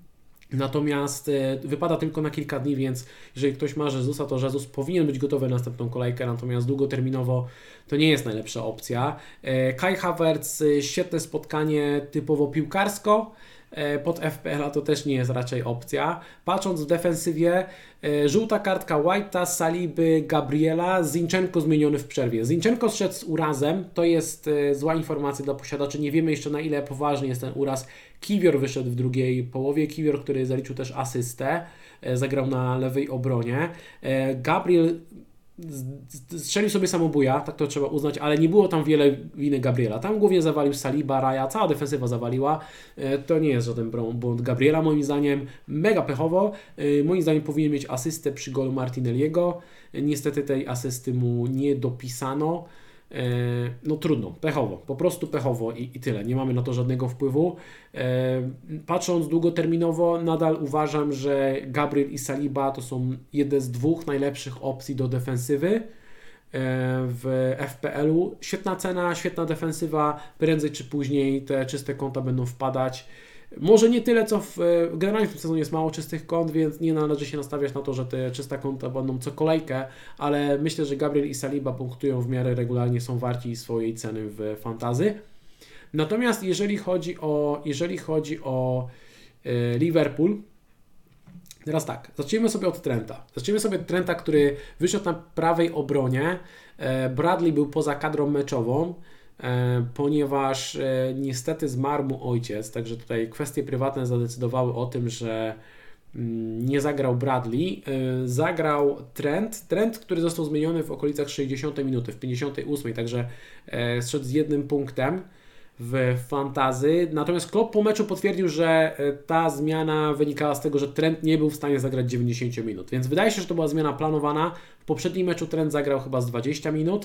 Natomiast e, wypada tylko na kilka dni, więc jeżeli ktoś ma Jezusa, to Jezus powinien być gotowy na następną kolejkę, natomiast długoterminowo to nie jest najlepsza opcja. E, Kai Havertz, e, świetne spotkanie typowo piłkarsko, e, pod F P L a to też nie jest raczej opcja. Patrząc w defensywie, e, żółta kartka White'a, Saliby, Gabriela, Zinchenko zmieniony w przerwie. Zinchenko zszedł z urazem, to jest e, zła informacja dla posiadaczy, nie wiemy jeszcze na ile poważny jest ten uraz. Kiwior wyszedł w drugiej połowie, Kiwior, który zaliczył też asystę, e, zagrał na lewej obronie. E, Gabriel strzelił sobie samobuja, tak to trzeba uznać, ale nie było tam wiele winy Gabriela. Tam głównie zawalił Saliba, Raja, cała defensywa zawaliła. E, to nie jest żaden błąd Gabriela, moim zdaniem. Mega pechowo. E, moim zdaniem powinien mieć asystę przy golu Martinelliego. E, niestety tej asysty mu nie dopisano. No trudno, pechowo, po prostu pechowo i, i tyle, nie mamy na to żadnego wpływu. Patrząc długoterminowo, nadal uważam, że Gabriel i Saliba to są jedne z dwóch najlepszych opcji do defensywy w F P L u. Świetna cena, świetna defensywa, prędzej czy później te czyste konta będą wpadać. Może nie tyle, co w, generalnie w tym sezonie jest mało czystych kont, więc nie należy się nastawiać na to, że te czyste konta będą co kolejkę, ale myślę, że Gabriel i Saliba punktują w miarę regularnie, są warci swojej ceny w fantasy. Natomiast jeżeli chodzi o, jeżeli chodzi o e, Liverpool, teraz tak, zacznijmy sobie od Trenta. Zacznijmy sobie od Trenta, który wyszedł na prawej obronie. E, Bradley był poza kadrą meczową, ponieważ niestety zmarł mu ojciec, także tutaj kwestie prywatne zadecydowały o tym, że nie zagrał Bradley, zagrał Trent, Trent, który został zmieniony w okolicach sześćdziesiątej minuty, w pięćdziesiątej ósmej, także zszedł z jednym punktem w fantasy. Natomiast Klopp po meczu potwierdził, że ta zmiana wynikała z tego, że Trent nie był w stanie zagrać dziewięćdziesiąt minut, więc wydaje się, że to była zmiana planowana. W poprzednim meczu Trent zagrał chyba z dwadzieścia minut.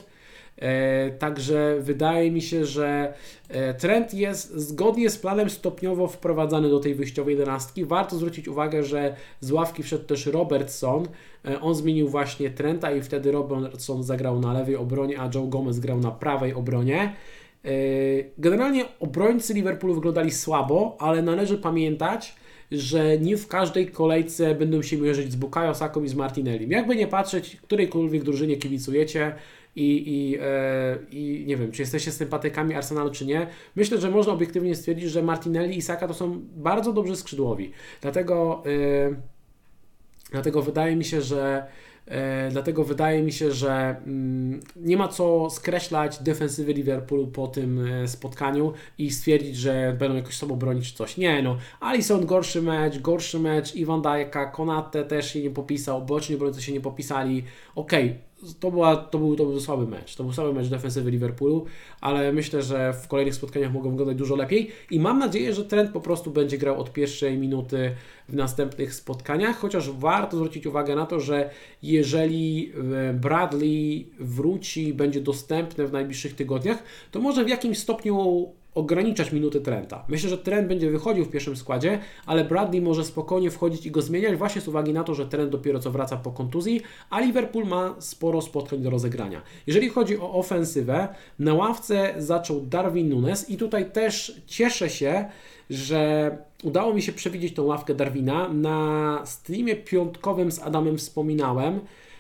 E, także wydaje mi się, że e, trend jest zgodnie z planem stopniowo wprowadzany do tej wyjściowej jedenastki. Warto zwrócić uwagę, że z ławki wszedł też Robertson. E, on zmienił właśnie Trenta i wtedy Robertson zagrał na lewej obronie, a Joe Gomez grał na prawej obronie. E, generalnie obrońcy Liverpoolu wyglądali słabo, ale należy pamiętać, że nie w każdej kolejce będą się mierzyć z Bukayo Saką i z Martinellim. Jakby nie patrzeć, którejkolwiek drużynie kibicujecie, I, i, e, i nie wiem, czy jesteście sympatykami Arsenalu, czy nie. Myślę, że można obiektywnie stwierdzić, że Martinelli i Saka to są bardzo dobrzy skrzydłowi. Dlatego, e, dlatego wydaje mi się, że e, dlatego wydaje mi się, że mm, nie ma co skreślać defensywy Liverpoolu po tym e, spotkaniu i stwierdzić, że będą jakoś sobą bronić czy coś. Nie, no. Alisson gorszy mecz, gorszy mecz, Ivan Dijk'a, Konate też się nie popisał, boczni obrońcy się nie popisali. Okej. Okay. To, była, to, był, to był słaby mecz. To był słaby mecz defensywy Liverpoolu, ale myślę, że w kolejnych spotkaniach mogą wyglądać dużo lepiej i mam nadzieję, że Trent po prostu będzie grał od pierwszej minuty w następnych spotkaniach, chociaż warto zwrócić uwagę na to, że jeżeli Bradley wróci, będzie dostępny w najbliższych tygodniach, to może w jakimś stopniu ograniczać minuty Trenta. Myślę, że Trent będzie wychodził w pierwszym składzie, ale Bradley może spokojnie wchodzić i go zmieniać właśnie z uwagi na to, że Trent dopiero co wraca po kontuzji, a Liverpool ma sporo spotkań do rozegrania. Jeżeli chodzi o ofensywę, na ławce zaczął Darwin Núñez i tutaj też cieszę się, że udało mi się przewidzieć tą ławkę Darwina. Na streamie piątkowym z Adamem wspominałem,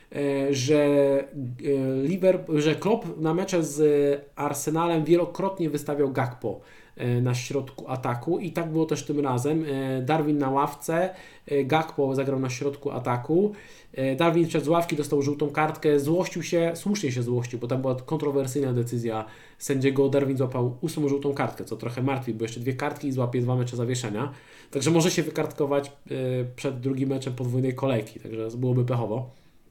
że Liverpool, że Klopp na mecze z Arsenalem wielokrotnie wystawiał Gakpo na środku ataku i tak było też tym razem. Darwin na ławce, Gakpo zagrał na środku ataku. Darwin wszedł z ławki, dostał żółtą kartkę, złościł się, słusznie się złościł, bo tam była kontrowersyjna decyzja sędziego. Darwin złapał ósmą żółtą kartkę, co trochę martwi, bo jeszcze dwie kartki i złapie dwa mecze zawieszenia. Także może się wykartkować przed drugim meczem podwójnej kolejki, także byłoby pechowo.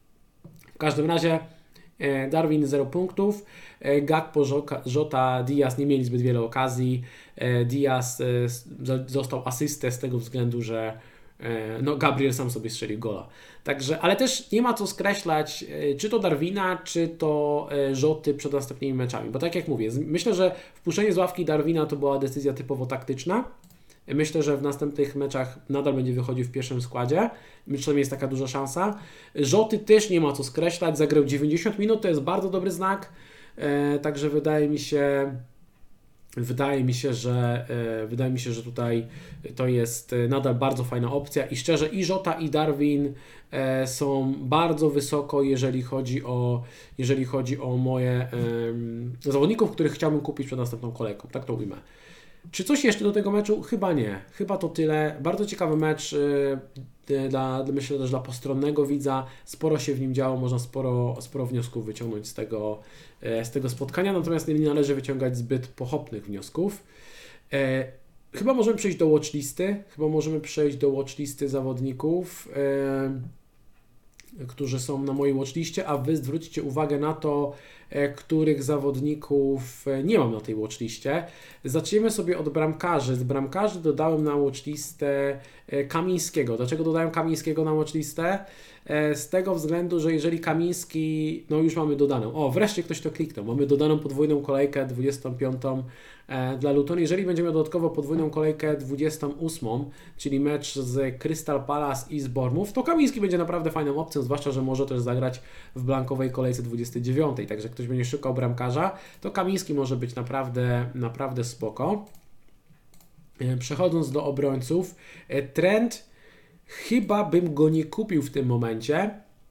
W każdym razie Darwin zero punktów, Gakpo, Jota, Diaz nie mieli zbyt wiele okazji. Diaz został asystę z tego względu, że no Gabriel sam sobie strzelił gola. Także, ale też nie ma co skreślać czy to Darwina, czy to Joty przed następnymi meczami, bo tak jak mówię, myślę, że wpuszczenie z ławki Darwina to była decyzja typowo taktyczna. Myślę, że w następnych meczach nadal będzie wychodził w pierwszym składzie. Przynajmniej jest taka duża szansa. Joty też nie ma co skreślać. Zagrał dziewięćdziesiąt minut, to jest bardzo dobry znak. E, także wydaje mi się, Wydaje mi się, że e, wydaje mi się, że tutaj to jest e, nadal bardzo fajna opcja i szczerze i Jota i Darwin e, są bardzo wysoko, jeżeli chodzi o, jeżeli chodzi o moje e, zawodników, których chciałbym kupić przed następną kolejką, tak to ujmę. Czy coś jeszcze do tego meczu? Chyba nie. Chyba to tyle. Bardzo ciekawy mecz yy, dla, myślę też dla postronnego widza. Sporo się w nim działo, można sporo, sporo wniosków wyciągnąć z tego, yy, z tego spotkania, natomiast nie należy wyciągać zbyt pochopnych wniosków. Yy, chyba możemy przejść do watchlisty. Chyba możemy przejść do watchlisty zawodników, yy, którzy są na mojej watchliście, a Wy zwróćcie uwagę na to, których zawodników nie mam na tej watchliście. Zaczniemy sobie od bramkarzy. Z bramkarzy dodałem na watchlistę Kamińskiego. Dlaczego dodałem Kamińskiego na watchlistę? Z tego względu, że jeżeli Kamiński, no już mamy dodaną, o wreszcie ktoś to kliknął, mamy dodaną podwójną kolejkę dwudziestą piątą dla Luton. Jeżeli będziemy miał dodatkowo podwójną kolejkę dwudziestą ósmą, czyli mecz z Crystal Palace i z Bournemouth, to Kamiński będzie naprawdę fajną opcją, zwłaszcza, że może też zagrać w blankowej kolejce dwudziestej dziewiątej, także ktoś będzie szukał bramkarza, to Kamiński może być naprawdę, naprawdę spoko. Przechodząc do obrońców, Trent, chyba bym go nie kupił w tym momencie,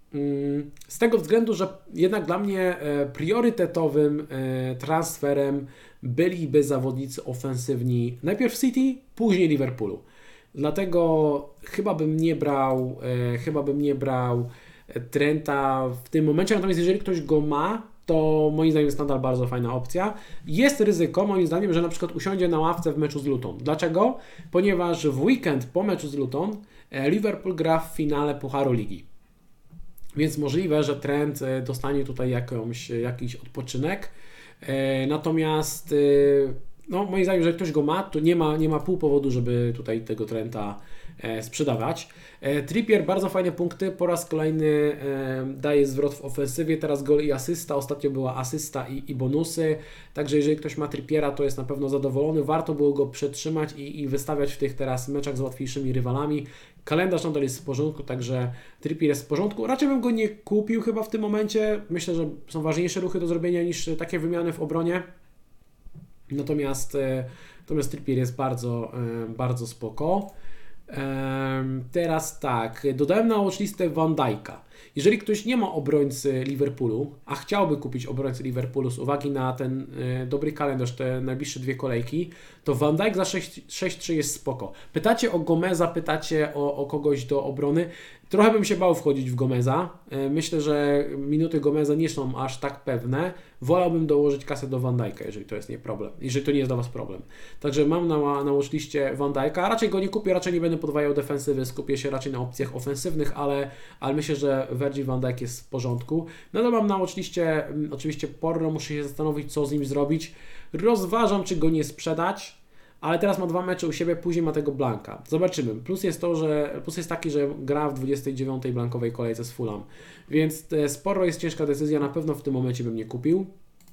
z tego względu, że jednak dla mnie priorytetowym transferem byliby zawodnicy ofensywni najpierw City, później Liverpoolu. Dlatego chyba bym nie brał, chyba bym nie brał Trenta w tym momencie, natomiast jeżeli ktoś go ma, to moim zdaniem jest nadal bardzo fajna opcja. Jest ryzyko, moim zdaniem, że na przykład usiądzie na ławce w meczu z Luton. Dlaczego? Ponieważ w weekend po meczu z Luton Liverpool gra w finale Pucharu Ligi. Więc możliwe, że Trent dostanie tutaj jakąś, jakiś odpoczynek. Natomiast no, moim zdaniem, że ktoś go ma, to nie ma, nie ma pół powodu, żeby tutaj tego Trenta sprzedawać. Trippier, bardzo fajne punkty, po raz kolejny daje zwrot w ofensywie, teraz gol i asysta, ostatnio była asysta i, i bonusy, także jeżeli ktoś ma Trippiera, to jest na pewno zadowolony, warto było go przetrzymać i, i wystawiać w tych teraz meczach z łatwiejszymi rywalami. Kalendarz nadal jest w porządku, także Trippier jest w porządku. Raczej bym go nie kupił chyba w tym momencie, myślę, że są ważniejsze ruchy do zrobienia niż takie wymiany w obronie. Natomiast, natomiast Trippier jest bardzo, bardzo spoko. Teraz tak, dodałem na watchlistę Van Dijk'a. Jeżeli ktoś nie ma obrońcy Liverpoolu, a chciałby kupić obrońcę Liverpoolu z uwagi na ten dobry kalendarz, te najbliższe dwie kolejki, to Van Dijk za sześć trzy jest spoko. Pytacie o Gomeza, pytacie o, o kogoś do obrony. Trochę bym się bał wchodzić w Gomeza. Myślę, że minuty Gomeza nie są aż tak pewne. Wolałbym dołożyć kasę do Van Dijk'a, jeżeli to jest nie problem, jeżeli to nie jest dla Was problem. Także mam na, na watchliście Van Dijk'a. Raczej go nie kupię, raczej nie będę podwajał defensywy, skupię się raczej na opcjach ofensywnych, ale, ale myślę, że Virgil van Dijk jest w porządku. Nadal mam na watchliście oczywiście Porro, muszę się zastanowić, co z nim zrobić. Rozważam, czy go nie sprzedać. Ale teraz ma dwa mecze u siebie, później ma tego blanka. Zobaczymy. Plus jest to, że plus jest taki, że gra w dwudziestej dziewiątej blankowej kolejce z Fulham. Więc sporo jest ciężka decyzja, na pewno w tym momencie bym nie kupił.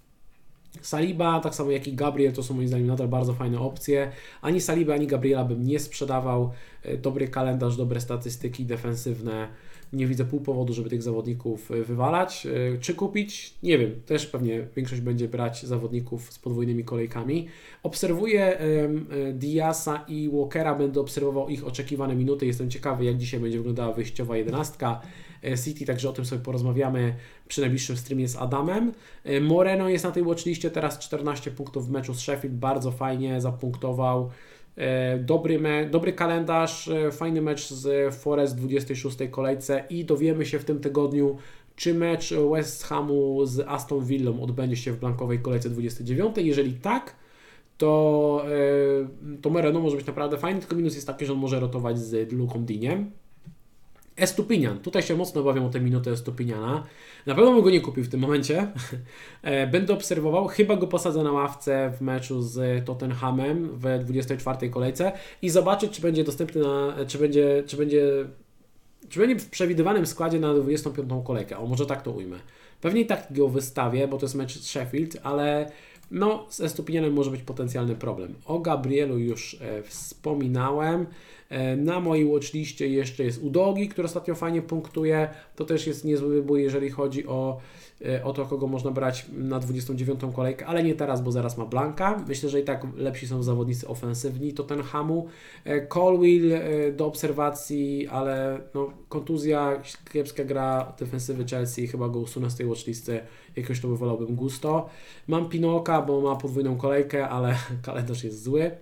Saliba, tak samo jak i Gabriel, to są moim zdaniem nadal bardzo fajne opcje. Ani Saliba, ani Gabriela bym nie sprzedawał. Dobry kalendarz, dobre statystyki defensywne. Nie widzę pół powodu, żeby tych zawodników wywalać. Czy kupić? Nie wiem. Też pewnie większość będzie brać zawodników z podwójnymi kolejkami. Obserwuję Diasa i Walkera, będę obserwował ich oczekiwane minuty. Jestem ciekawy, jak dzisiaj będzie wyglądała wyjściowa jedenastka City, także o tym sobie porozmawiamy przy najbliższym streamie z Adamem. Moreno jest na tej watchliście, teraz czternaście punktów w meczu z Sheffield, bardzo fajnie zapunktował. Dobry, me, dobry kalendarz, fajny mecz z Forest w dwudziestej szóstej kolejce i dowiemy się w tym tygodniu, czy mecz West Hamu z Aston Villą odbędzie się w blankowej kolejce dwudziestej dziewiątej. Jeżeli tak, to, to Moreno może być naprawdę fajny, tylko minus jest taki, że on może rotować z Luką Diniem. Estupinian. Tutaj się mocno obawiam o tę minutę Estupiniana. Na pewno bym go nie kupił w tym momencie. Będę obserwował. Chyba go posadzę na ławce w meczu z Tottenhamem w dwudziestej czwartej kolejce i zobaczyć, czy będzie dostępny na, czy będzie, czy będzie, czy będzie w przewidywanym składzie na dwudziestą piątą kolejkę. O, może tak to ujmę. Pewnie i tak go wystawię, bo to jest mecz z Sheffield, ale no, z Estupinianem może być potencjalny problem. O Gabrielu już e, wspominałem. Na mojej watchliście jeszcze jest Udogi, który ostatnio fajnie punktuje. To też jest niezły wybór, jeżeli chodzi o, o to, kogo można brać na dwudziestą dziewiątą kolejkę, ale nie teraz, bo zaraz ma Blanka. Myślę, że i tak lepsi są zawodnicy ofensywni Tottenhamu. Colwill do obserwacji, ale no, kontuzja, kiepska gra defensywy Chelsea, chyba go usunę z tej watchlisty, jakoś to by wolałbym Gusto. Mam Pinoka, bo ma podwójną kolejkę, ale kalendarz jest zły.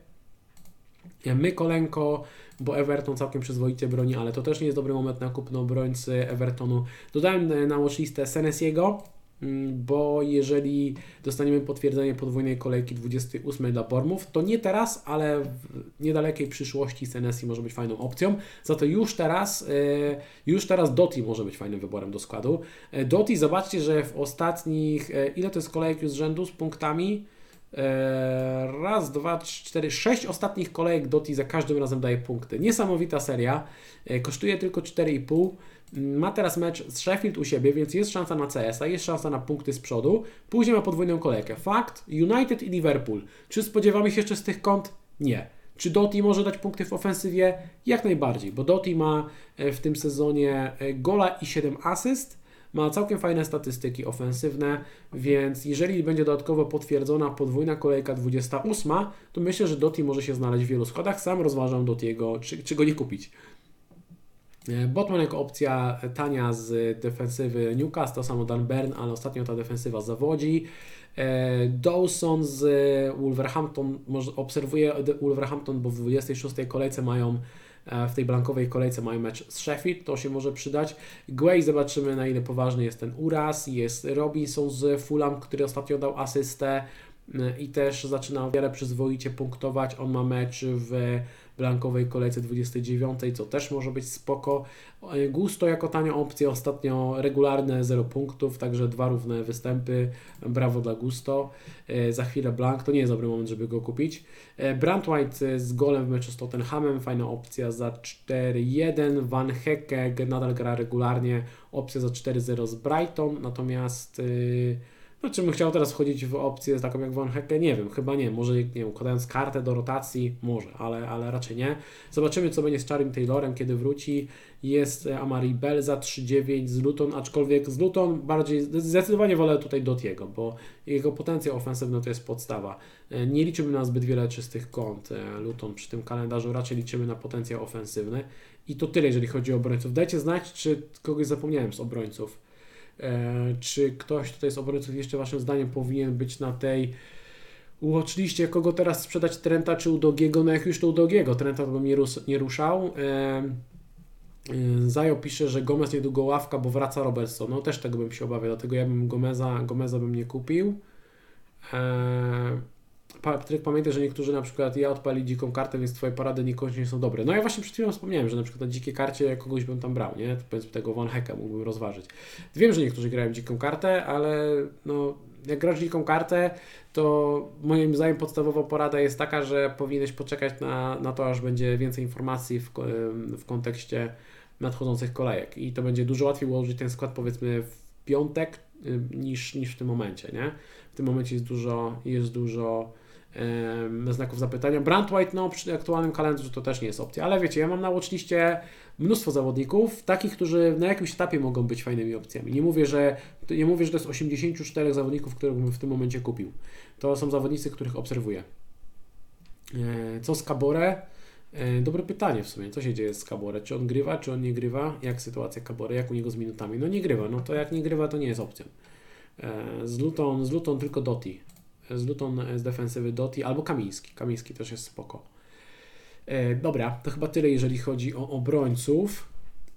Mykolenko, bo Everton całkiem przyzwoicie broni, ale to też nie jest dobry moment na kupno obrońcy Evertonu. Dodałem na watchlistę Senesiego, bo jeżeli dostaniemy potwierdzenie podwójnej kolejki dwudziestej ósmej dla Bournemouth, to nie teraz, ale w niedalekiej przyszłości Senesi może być fajną opcją. Za to już teraz, już teraz Doty może być fajnym wyborem do składu. Doty, zobaczcie, że w ostatnich, ile to jest kolejek już z rzędu z punktami? Raz, dwa, trzy, cztery, sześć ostatnich kolejek Doty za każdym razem daje punkty. Niesamowita seria, kosztuje tylko cztery i pół. Ma teraz mecz z Sheffield u siebie, więc jest szansa na C S a, jest szansa na punkty z przodu. Później ma podwójną kolejkę. Fakt, United i Liverpool. Czy spodziewamy się jeszcze z tych kont? Nie. Czy Doty może dać punkty w ofensywie? Jak najbardziej, bo Doty ma w tym sezonie gola i siedem asyst. Ma całkiem fajne statystyki ofensywne, więc jeżeli będzie dodatkowo potwierdzona podwójna kolejka dwudziesta ósma, to myślę, że Doty może się znaleźć w wielu składach. Sam rozważam Doty'ego, czy, czy go nie kupić. Botman jako opcja tania z defensywy Newcastle, to samo Dan Burn, ale ostatnio ta defensywa zawodzi. Dawson z Wolverhampton, może obserwuję Wolverhampton, bo w dwudziestej szóstej kolejce mają, w tej blankowej kolejce mają mecz z Sheffield, to się może przydać. Guay, zobaczymy na ile poważny jest ten uraz. Jest Robinson z Fulham, który ostatnio dał asystę i też zaczyna w miarę przyzwoicie punktować. On ma mecz w blankowej kolejce dwudziestej dziewiątej, co też może być spoko. Gusto jako tania opcja, ostatnio regularne zero punktów, także dwa równe występy. Brawo dla Gusto. Za chwilę blank, to nie jest dobry moment, żeby go kupić. Brandt White z golem w meczu z Tottenhamem, fajna opcja za cztery jeden. Van Hecke nadal gra regularnie, opcja za cztery zero z Brighton, natomiast yy, no, czy bym chciał teraz wchodzić w opcję taką jak Van Hecke? Nie wiem, chyba nie. Może, nie wiem, układając kartę do rotacji, może, ale, ale raczej nie. Zobaczymy, co będzie z Charlie Taylorem, kiedy wróci. Jest Amari Bell za trzy dziewięć z Luton, aczkolwiek z Luton bardziej, zdecydowanie wolę tutaj Dotiego, bo jego potencjał ofensywny to jest podstawa. Nie liczymy na zbyt wiele czystych kąt Luton przy tym kalendarzu, raczej liczymy na potencjał ofensywny. I to tyle, jeżeli chodzi o obrońców. Dajcie znać, czy kogoś zapomniałem z obrońców. E, czy ktoś tutaj z obrońców jeszcze waszym zdaniem powinien być na tej watchliście, kogo teraz sprzedać, Trenta czy Udogiego? No jak już to Udogiego, Trenta to bym nie, rus- nie ruszał. E, e, Zajo pisze, że Gomez niedługo ławka, bo wraca Robertson. No też tego bym się obawiał, dlatego ja bym Gomeza, Gomeza bym nie kupił. E, Patryk, pamiętaj, że niektórzy na przykład ja odpali dziką kartę, więc twoje porady niekoniecznie są dobre. No ja właśnie przed chwilą wspomniałem, że na przykład na dzikiej karcie kogoś bym tam brał, nie? To powiedzmy tego Van Hecka mógłbym rozważyć. Wiem, że niektórzy grają dziką kartę, ale no jak grasz dziką kartę, to moim zdaniem podstawowa porada jest taka, że powinieneś poczekać na, na to, aż będzie więcej informacji w, w kontekście nadchodzących kolejek i to będzie dużo łatwiej ułożyć ten skład powiedzmy w piątek niż, niż w tym momencie, nie? W tym momencie jest dużo, jest dużo e, znaków zapytania. Brandt White, no przy aktualnym kalendarzu to też nie jest opcja, ale wiecie, ja mam na watchliście mnóstwo zawodników, takich, którzy na jakimś etapie mogą być fajnymi opcjami. Nie mówię, że, nie mówię, że to jest osiemdziesięciu czterech zawodników, których bym w tym momencie kupił. To są zawodnicy, których obserwuję. E, co z Kabore? E, dobre pytanie w sumie. Co się dzieje z Kabore? Czy on grywa, czy on nie grywa? Jak sytuacja Kabore? Jak u niego z minutami? No nie grywa. No to jak nie grywa, to nie jest opcją. E, z Luton, z Luton tylko Doty. Z Luton z defensywy Doty albo Kamiński. Kamiński też jest spoko. E, dobra, to chyba tyle, jeżeli chodzi o obrońców.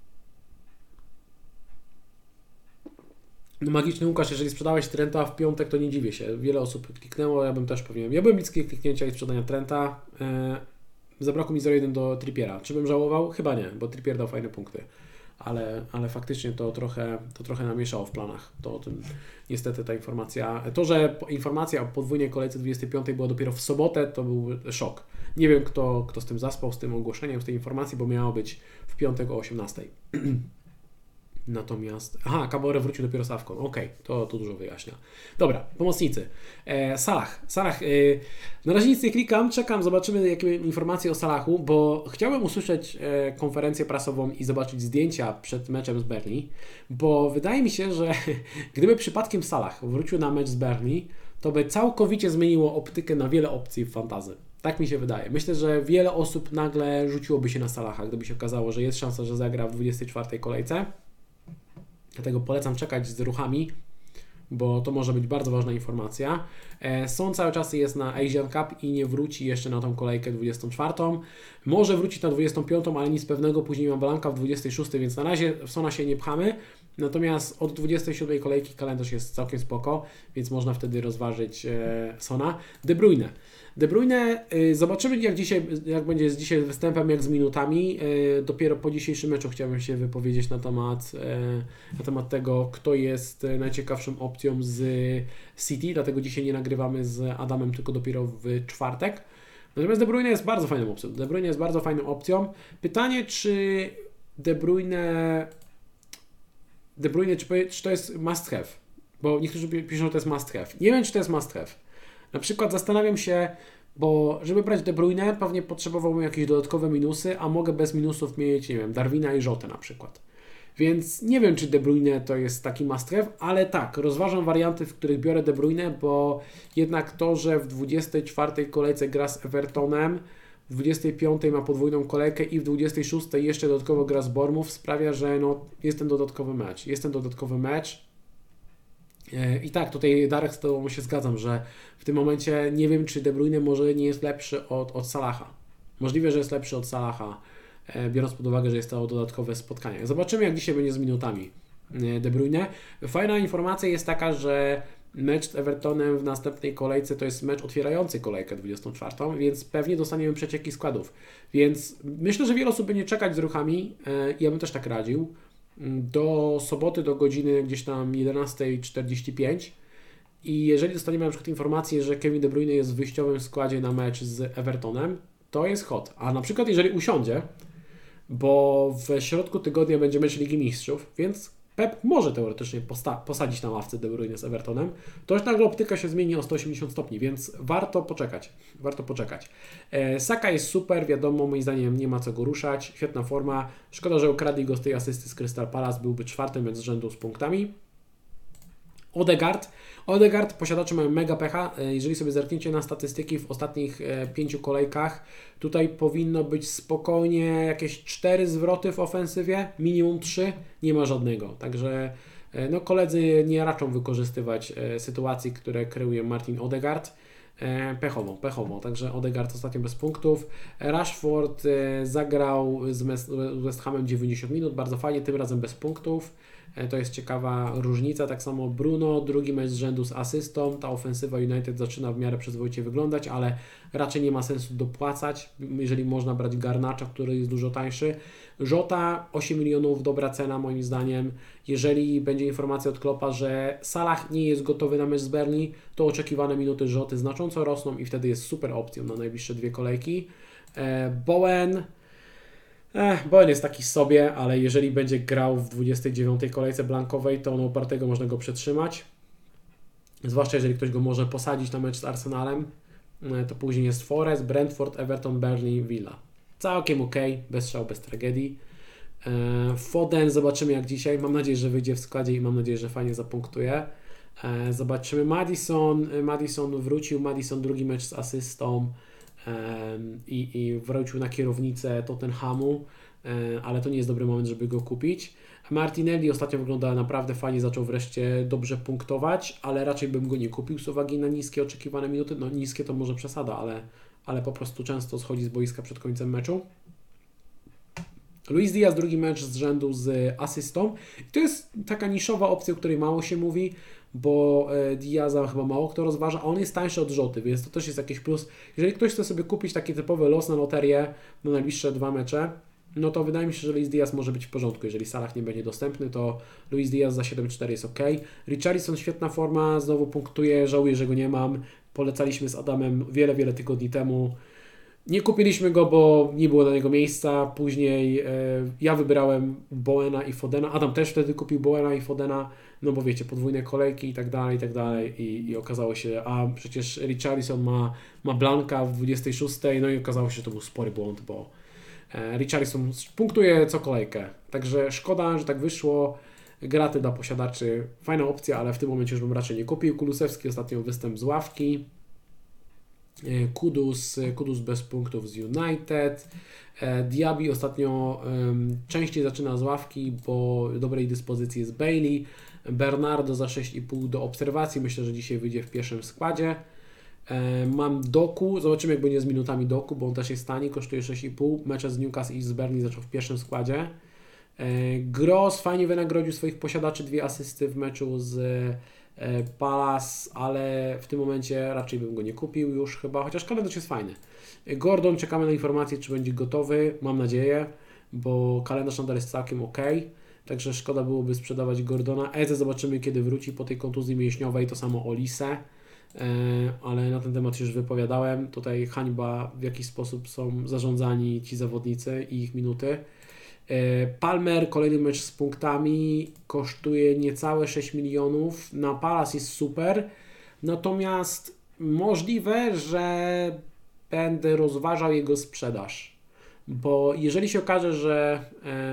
No, Magiczny Łukasz, jeżeli sprzedałeś Trenta w piątek, to nie dziwię się. Wiele osób kliknęło, ja bym też powinien. Ja byłem bliski kliknięcia i sprzedania Trenta. E, zabrakło mi zero jeden do Trippiera. Czy bym żałował? Chyba nie, bo Trippier dał fajne punkty. Ale, ale faktycznie to trochę, to trochę namieszało w planach. To o tym niestety ta informacja. To, że informacja o podwójnej kolejce dwudziestej piątej była dopiero w sobotę, to był szok. Nie wiem, kto, kto z tym zaspał, z tym ogłoszeniem, z tej informacji, bo miało być w piątek o osiemnastej. Natomiast... Aha, Kabore wrócił dopiero z Awką. Okej, okay, to, to dużo wyjaśnia. Dobra, pomocnicy. E, Salah. Salah. E, na razie nic nie klikam, czekam, zobaczymy jakie informacje o Salachu, bo chciałbym usłyszeć e, konferencję prasową i zobaczyć zdjęcia przed meczem z Burnley, bo wydaje mi się, że gdyby przypadkiem Salah wrócił na mecz z Burnley, to by całkowicie zmieniło optykę na wiele opcji w fantasy. Tak mi się wydaje. Myślę, że wiele osób nagle rzuciłoby się na Salaha, gdyby się okazało, że jest szansa, że zagra w dwudziestej czwartej kolejce. Dlatego polecam czekać z ruchami, bo to może być bardzo ważna informacja. Son cały czas jest na Asian Cup i nie wróci jeszcze na tą kolejkę dwudziestą czwartą. Może wrócić na dwudziestą piątą, ale nic pewnego. Później ma Blanka w dwudziestej szóstej, więc na razie w Sona się nie pchamy. Natomiast od dwudziestej siódmej kolejki kalendarz jest całkiem spoko, więc można wtedy rozważyć Sona. De Bruyne. De Bruyne, y, zobaczymy jak dzisiaj, jak będzie z dzisiaj występem, jak z minutami. Y, dopiero po dzisiejszym meczu chciałbym się wypowiedzieć na temat, y, na temat tego, kto jest najciekawszą opcją z City, dlatego dzisiaj nie nagrywamy z Adamem, tylko dopiero w czwartek. Natomiast De Bruyne jest bardzo fajną opcją. De Bruyne jest bardzo fajną opcją. Pytanie, czy De Bruyne, De Bruyne czy, czy to jest must have? Bo niektórzy piszą, że to jest must have. Nie wiem, czy to jest must have. Na przykład zastanawiam się, bo żeby brać De Bruyne, pewnie potrzebowałbym jakieś dodatkowe minusy, a mogę bez minusów mieć, nie wiem, Darwina i Jotę na przykład. Więc nie wiem, czy De Bruyne to jest taki must have, ale tak, rozważam warianty, w których biorę De Bruyne, bo jednak to, że w dwudziestej czwartej kolejce gra z Evertonem, w dwudziestej piątej ma podwójną kolejkę i w dwudziestej szóstej jeszcze dodatkowo gra z Bournemouth, sprawia, że no, jest ten dodatkowy mecz. Jest ten dodatkowy mecz. I tak, tutaj Darek, z tobą się zgadzam, że w tym momencie nie wiem, czy De Bruyne może nie jest lepszy od, od Salaha. Możliwe, że jest lepszy od Salaha, biorąc pod uwagę, że jest to dodatkowe spotkanie. Zobaczymy, jak dzisiaj będzie z minutami De Bruyne. Fajna informacja jest taka, że mecz z Evertonem w następnej kolejce to jest mecz otwierający kolejkę dwudziestą czwartą, więc pewnie dostaniemy przecieki składów. Więc myślę, że wiele osób będzie czekać z ruchami. Ja bym też tak radził. Do soboty, do godziny gdzieś tam jedenasta czterdzieści pięć i jeżeli dostaniemy na przykład informację, że Kevin De Bruyne jest w wyjściowym składzie na mecz z Evertonem, to jest hot. A na przykład jeżeli usiądzie, bo w środku tygodnia będzie mecz Ligi Mistrzów, więc Pep może teoretycznie posta- posadzić na ławce De Bruyne z Evertonem, to już nagle optyka się zmieni o sto osiemdziesiąt stopni, więc warto poczekać. Warto poczekać. E, Saka jest super, wiadomo, moim zdaniem nie ma co go ruszać, świetna forma. Szkoda, że ukradli go z tej asysty z Crystal Palace, byłby czwartym mecz z rzędu z punktami. Odegaard. Odegaard, posiadacze mają mega pecha. Jeżeli sobie zerkniecie na statystyki w ostatnich e, pięciu kolejkach, tutaj powinno być spokojnie jakieś cztery zwroty w ofensywie, minimum trzy, nie ma żadnego. Także e, no, koledzy nie raczą wykorzystywać e, sytuacji, które kreuje Martin Odegaard. E, pechową, pechową. Także Odegaard ostatnio bez punktów. Rashford e, zagrał z, Mes- z West Hamem dziewięćdziesiąt minut, bardzo fajnie, tym razem bez punktów. To jest ciekawa różnica. Tak samo Bruno, drugi mecz z rzędu z asystą. Ta ofensywa United zaczyna w miarę przyzwoicie wyglądać, ale raczej nie ma sensu dopłacać, jeżeli można brać Garnacza, który jest dużo tańszy. Jota, osiem milionów, dobra cena moim zdaniem. Jeżeli będzie informacja od Kloppa, że Salah nie jest gotowy na mecz z Burnley, to oczekiwane minuty Joty znacząco rosną i wtedy jest super opcją na najbliższe dwie kolejki. Bowen... Ech, Bowen jest taki sobie, ale jeżeli będzie grał w dwudziestej dziewiątej kolejce blankowej, to on opartego można go przetrzymać. Zwłaszcza jeżeli ktoś go może posadzić na mecz z Arsenalem, to później jest Forest, Brentford, Everton, Burnley, Villa. Całkiem ok, bez szału, bez tragedii. Foden zobaczymy jak dzisiaj. Mam nadzieję, że wyjdzie w składzie i mam nadzieję, że fajnie zapunktuje. Zobaczymy Maddison. Maddison wrócił, Maddison drugi mecz z asystą. I, i wrócił na kierownicę Tottenhamu, ale to nie jest dobry moment, żeby go kupić. Martinelli ostatnio wygląda naprawdę fajnie, zaczął wreszcie dobrze punktować, ale raczej bym go nie kupił z uwagi na niskie oczekiwane minuty. No niskie to może przesada, ale, ale po prostu często schodzi z boiska przed końcem meczu. Luis Diaz drugi mecz z rzędu z asystą. I to jest taka niszowa opcja, o której mało się mówi, bo Diaza chyba mało kto rozważa, a on jest tańszy od Joty, więc to też jest jakiś plus. Jeżeli ktoś chce sobie kupić taki typowy los na loterię na najbliższe dwa mecze, no to wydaje mi się, że Luis Diaz może być w porządku. Jeżeli Salah nie będzie dostępny, to Luis Diaz za siedem cztery jest ok. Richarlison świetna forma, znowu punktuje, żałuję, że go nie mam. Polecaliśmy z Adamem wiele, wiele tygodni temu. Nie kupiliśmy go, bo nie było na niego miejsca. Później e, ja wybierałem Bowena i Fodena. Adam też wtedy kupił Bowena i Fodena, no bo wiecie, podwójne kolejki i tak dalej, i tak dalej. I, i okazało się, a przecież Richarlison ma, ma Blanka w dwudziestej szóstej, no i okazało się, że to był spory błąd, bo e, Richarlison punktuje co kolejkę. Także szkoda, że tak wyszło. Graty dla posiadaczy, fajna opcja, ale w tym momencie już bym raczej nie kupił. Kulusewski ostatnio występ z ławki. Kudus, Kudus bez punktów z United. Diaby ostatnio um, częściej zaczyna z ławki, bo w dobrej dyspozycji jest Bailey. Bernardo za sześć i pół do obserwacji. Myślę, że dzisiaj wyjdzie w pierwszym składzie. E, mam Doku. Zobaczymy, jak będzie z minutami Doku, bo on też jest tani, kosztuje sześć i pół. Mecze z Newcastle i z Burnley zaczął w pierwszym składzie. E, Gross fajnie wynagrodził swoich posiadaczy, dwie asysty w meczu z Palace, ale w tym momencie raczej bym go nie kupił już chyba, chociaż kalendarz jest fajny. Gordon, czekamy na informację, czy będzie gotowy, mam nadzieję, bo kalendarz nadal jest całkiem ok, także szkoda byłoby sprzedawać Gordona. Eze zobaczymy, kiedy wróci po tej kontuzji mięśniowej, to samo Olise, ale na ten temat już wypowiadałem. Tutaj hańba, w jaki sposób są zarządzani ci zawodnicy i ich minuty. Palmer, kolejny mecz z punktami, kosztuje niecałe sześć milionów. Na Palace jest super, natomiast możliwe, że będę rozważał jego sprzedaż, bo jeżeli się okaże, że,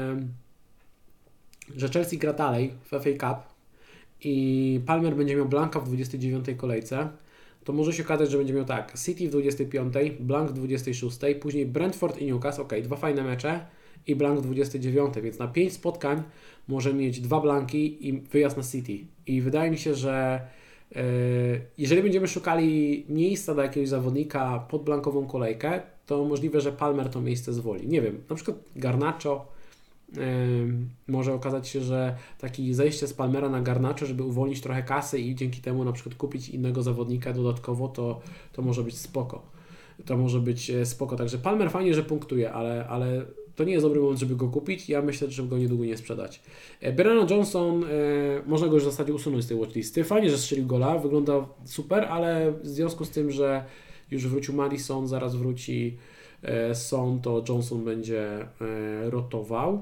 że Chelsea gra dalej w F A Cup i Palmer będzie miał Blanka w dwudziestej dziewiątej kolejce, to może się okazać, że będzie miał tak, City w dwudziestej piątej, Blank w dwudziestej szóstej, później Brentford i Newcastle, ok, dwa fajne mecze, i Blank w dwudziestej dziewiątej, więc na pięć spotkań może mieć dwa Blanki i wyjazd na City. I wydaje mi się, że yy, jeżeli będziemy szukali miejsca dla jakiegoś zawodnika pod blankową kolejkę, to możliwe, że Palmer to miejsce zwoli. Nie wiem, na przykład Garnacho, yy, może okazać się, że taki zejście z Palmera na Garnacho, żeby uwolnić trochę kasy i dzięki temu na przykład kupić innego zawodnika dodatkowo, to, to może być spoko. To może być spoko. Także Palmer fajnie, że punktuje, ale, ale to nie jest dobry moment, żeby go kupić. Ja myślę, że go niedługo nie sprzedać. Brennan Johnson, e, można go już w zasadzie usunąć z tej watchlisty. Fajnie, że strzelił gola, wygląda super, ale w związku z tym, że już wrócił Maddison, zaraz wróci e, Son, to Johnson będzie e, rotował.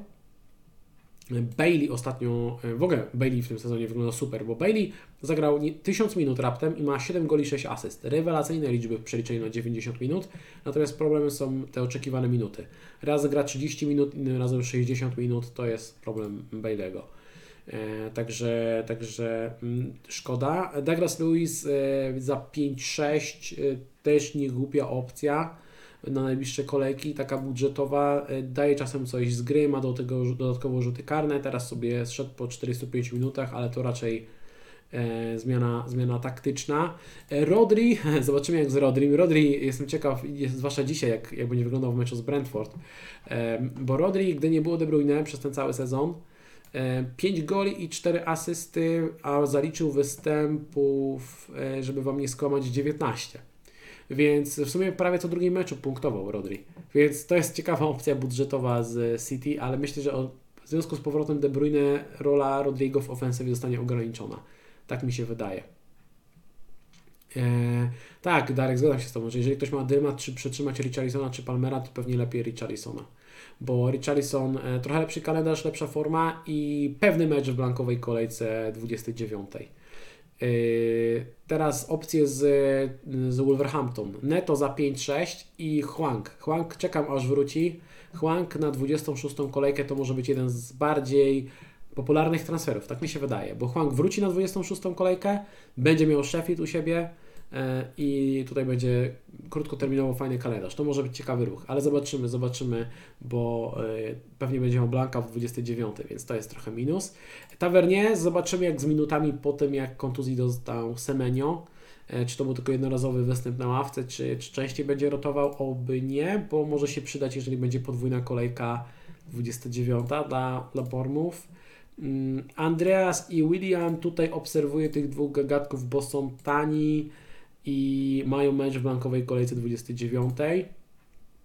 Bailey ostatnio, w ogóle Bailey w tym sezonie wygląda super, bo Bailey zagrał tysiąc minut raptem i ma siedem goli, sześć asyst. Rewelacyjne liczby w przeliczeniu na dziewięćdziesiąt minut, natomiast problemem są te oczekiwane minuty. Raz gra trzydzieści minut, innym razem sześćdziesiąt minut, to jest problem Bailey'ego. E, także także mm, szkoda. Douglas Lewis e, za pięć sześć e, też nie głupia opcja na najbliższe kolejki, taka budżetowa, daje czasem coś z gry, ma do tego dodatkowo rzuty karne, teraz sobie zszedł po czterdziestu pięciu minutach, ale to raczej e, zmiana, zmiana taktyczna. E, Rodri, zobaczymy jak z Rodrim. Rodri, jestem ciekaw, jest, zwłaszcza dzisiaj, jak, jak będzie wyglądał w meczu z Brentford, e, bo Rodri, gdy nie było De Bruyne przez ten cały sezon, e, pięć goli i cztery asysty, a zaliczył występów, e, żeby Wam nie skłamać, dziewiętnaście. Więc w sumie prawie co drugim meczu punktował Rodri. Więc to jest ciekawa opcja budżetowa z City, ale myślę, że o, w związku z powrotem De Bruyne rola Rodrigo w ofensywie zostanie ograniczona. Tak mi się wydaje. Eee, tak, Darek, zgadzam się z Tobą, że jeżeli ktoś ma dylemat, czy przetrzymać Richarlisona, czy Palmera, to pewnie lepiej Richarlisona. Bo Richarlison e, trochę lepszy kalendarz, lepsza forma i pewny mecz w blankowej kolejce dwudziestej dziewiątej. Yy, teraz opcje z, z Wolverhampton. Neto za pięć sześć i Hwang. Hwang czekam aż wróci. Hwang na dwudziestą szóstą kolejkę to może być jeden z bardziej popularnych transferów, tak mi się wydaje, bo Hwang wróci na dwudziestą szóstą kolejkę, będzie miał Sheffield u siebie yy, i tutaj będzie krótkoterminowo fajny kalendarz. To może być ciekawy ruch, ale zobaczymy, zobaczymy, bo yy, pewnie będzie miał Blanka w dwudziestej dziewiątej, więc to jest trochę minus. Tavernier, zobaczymy jak z minutami po tym, jak kontuzji dostał Semenyo, yy, czy to był tylko jednorazowy występ na ławce, czy, czy częściej będzie rotował, oby nie, bo może się przydać, jeżeli będzie podwójna kolejka dwudziesta dziewiąta dla, dla Bournemouth. Andreas i William, tutaj obserwuję tych dwóch gagatków, bo są tani i mają mecz w blankowej kolejce dwudziestej dziewiątej.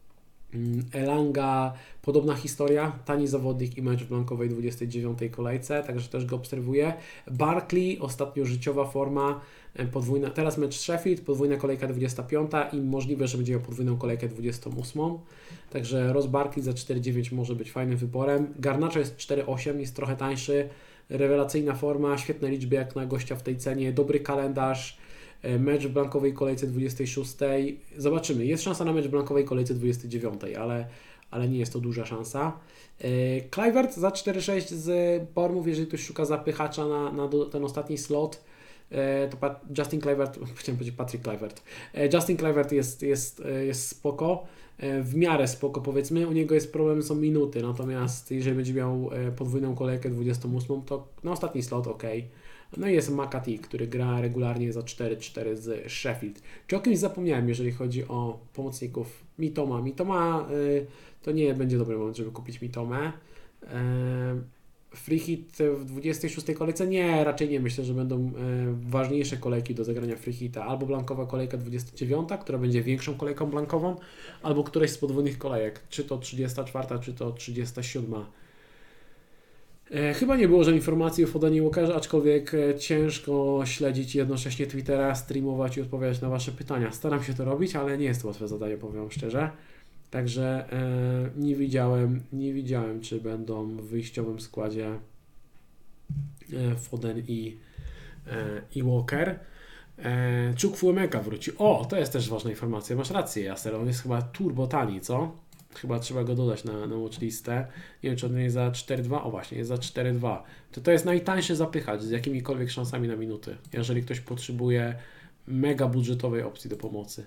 Elanga, podobna historia, tani zawodnik i mecz w blankowej dwudziestej dziewiątej kolejce, także też go obserwuję. Barkley, ostatnio życiowa forma, podwójna, teraz mecz Sheffield, podwójna kolejka dwudziesta piąta i możliwe, że będzie miał podwójną kolejkę dwudziestą ósmą. Także Ross Barkley za cztery dziewięć może być fajnym wyborem. Garnacho jest cztery osiem, jest trochę tańszy, rewelacyjna forma, świetne liczby jak na gościa w tej cenie, dobry kalendarz. Mecz w blankowej kolejce dwudziestej szóstej. Zobaczymy. Jest szansa na mecz w blankowej kolejce dwudziestej dziewiątej, ale, ale nie jest to duża szansa. Kluivert za cztery sześć z Bournemouth, jeżeli ktoś szuka zapychacza na, na ten ostatni slot, to Justin Kluivert, chciałem powiedzieć Patrick Kluivert. Justin Kluivert jest, jest, jest spoko, w miarę spoko powiedzmy. U niego jest problem, są minuty, natomiast jeżeli będzie miał podwójną kolejkę dwudziestą ósmą, to na ostatni slot ok. No i jest McAtee, który gra regularnie za cztery cztery z Sheffield. Czy o kimś zapomniałem, jeżeli chodzi o pomocników? Mitoma. Mitoma y, to nie będzie dobry moment, żeby kupić Mitomę. Y, free hit w dwudziestej szóstej kolejce? Nie, raczej nie. Myślę, że będą y, ważniejsze kolejki do zagrania free hita. Albo blankowa kolejka dwudziesta dziewiąta, która będzie większą kolejką blankową, albo któreś z podwójnych kolejek. Czy to trzydziesta czwarta, czy to trzydziesta siódma. Chyba nie było żadnej informacji o Fodenie Walkerze, aczkolwiek ciężko śledzić jednocześnie Twittera, streamować i odpowiadać na Wasze pytania. Staram się to robić, ale nie jest to łatwe zadanie, powiem szczerze. Także e, nie widziałem, nie widziałem, czy będą w wyjściowym składzie e, Foden i, e, i Walker. E, Chukwuemeka wróci. O, to jest też ważna informacja. Masz rację, Jaser. On jest chyba turbo tani, co? Chyba trzeba go dodać na, na watchlistę. Nie wiem, czy on jest za cztery dwa. O właśnie, jest za cztery dwa. To to jest najtańszy zapychacz z jakimikolwiek szansami na minuty. Jeżeli ktoś potrzebuje mega budżetowej opcji do pomocy.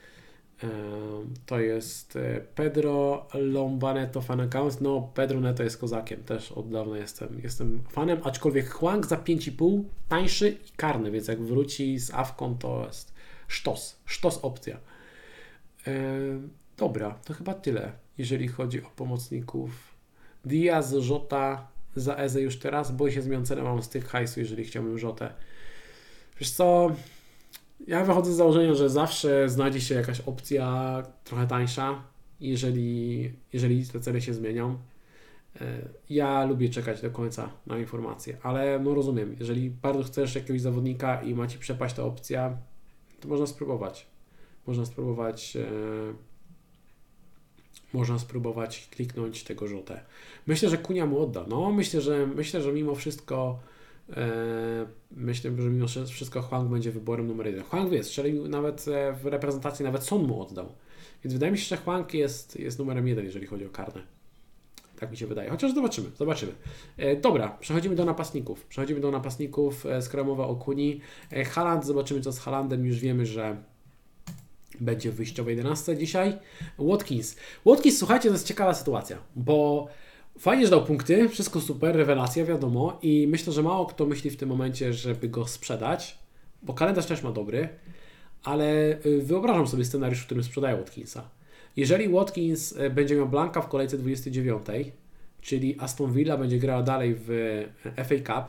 To jest Pedro Lombaneto fan account. No, Pedro Neto jest kozakiem. Też od dawna jestem, jestem fanem. Aczkolwiek Hwang za pięć i pół tańszy i karny, więc jak wróci z Awką, to jest sztos. Sztos opcja. Dobra, to chyba tyle, jeżeli chodzi o pomocników. Diaz, Jota za Eze już teraz. Boję się zmian cenę, mam z tych hajsu, jeżeli chciałbym Jotę. Wiesz co, ja wychodzę z założenia, że zawsze znajdzie się jakaś opcja trochę tańsza, jeżeli, jeżeli te ceny się zmienią. Ja lubię czekać do końca na informacje, ale no rozumiem, jeżeli bardzo chcesz jakiegoś zawodnika i ma Ci przepaść ta opcja, to można spróbować. Można spróbować... Można spróbować kliknąć tego Jotę. Myślę, że Kunia mu odda. No, myślę, że myślę, że mimo wszystko e, myślę, że mimo wszystko Hwang będzie wyborem numer jeden. Hwang wie, strzelił nawet w reprezentacji, nawet Son mu oddał. Więc wydaje mi się, że Hwang jest, jest numerem jeden, jeżeli chodzi o karne. Tak mi się wydaje. Chociaż zobaczymy, zobaczymy. E, dobra, przechodzimy do napastników. Przechodzimy do napastników. E, skoro mowa o Kuni. E, Haaland, zobaczymy co z Haalandem. Już wiemy, że będzie w wyjściowej jedenastce dzisiaj. Watkins. Watkins, słuchajcie, to jest ciekawa sytuacja, bo fajnie, że dał punkty, wszystko super, rewelacja, wiadomo, i myślę, że mało kto myśli w tym momencie, żeby go sprzedać, bo kalendarz też ma dobry, ale wyobrażam sobie scenariusz, w którym sprzedaję Watkinsa. Jeżeli Watkins będzie miał blanka w kolejce dwudziestej dziewiątej, czyli Aston Villa będzie grała dalej w F A Cup,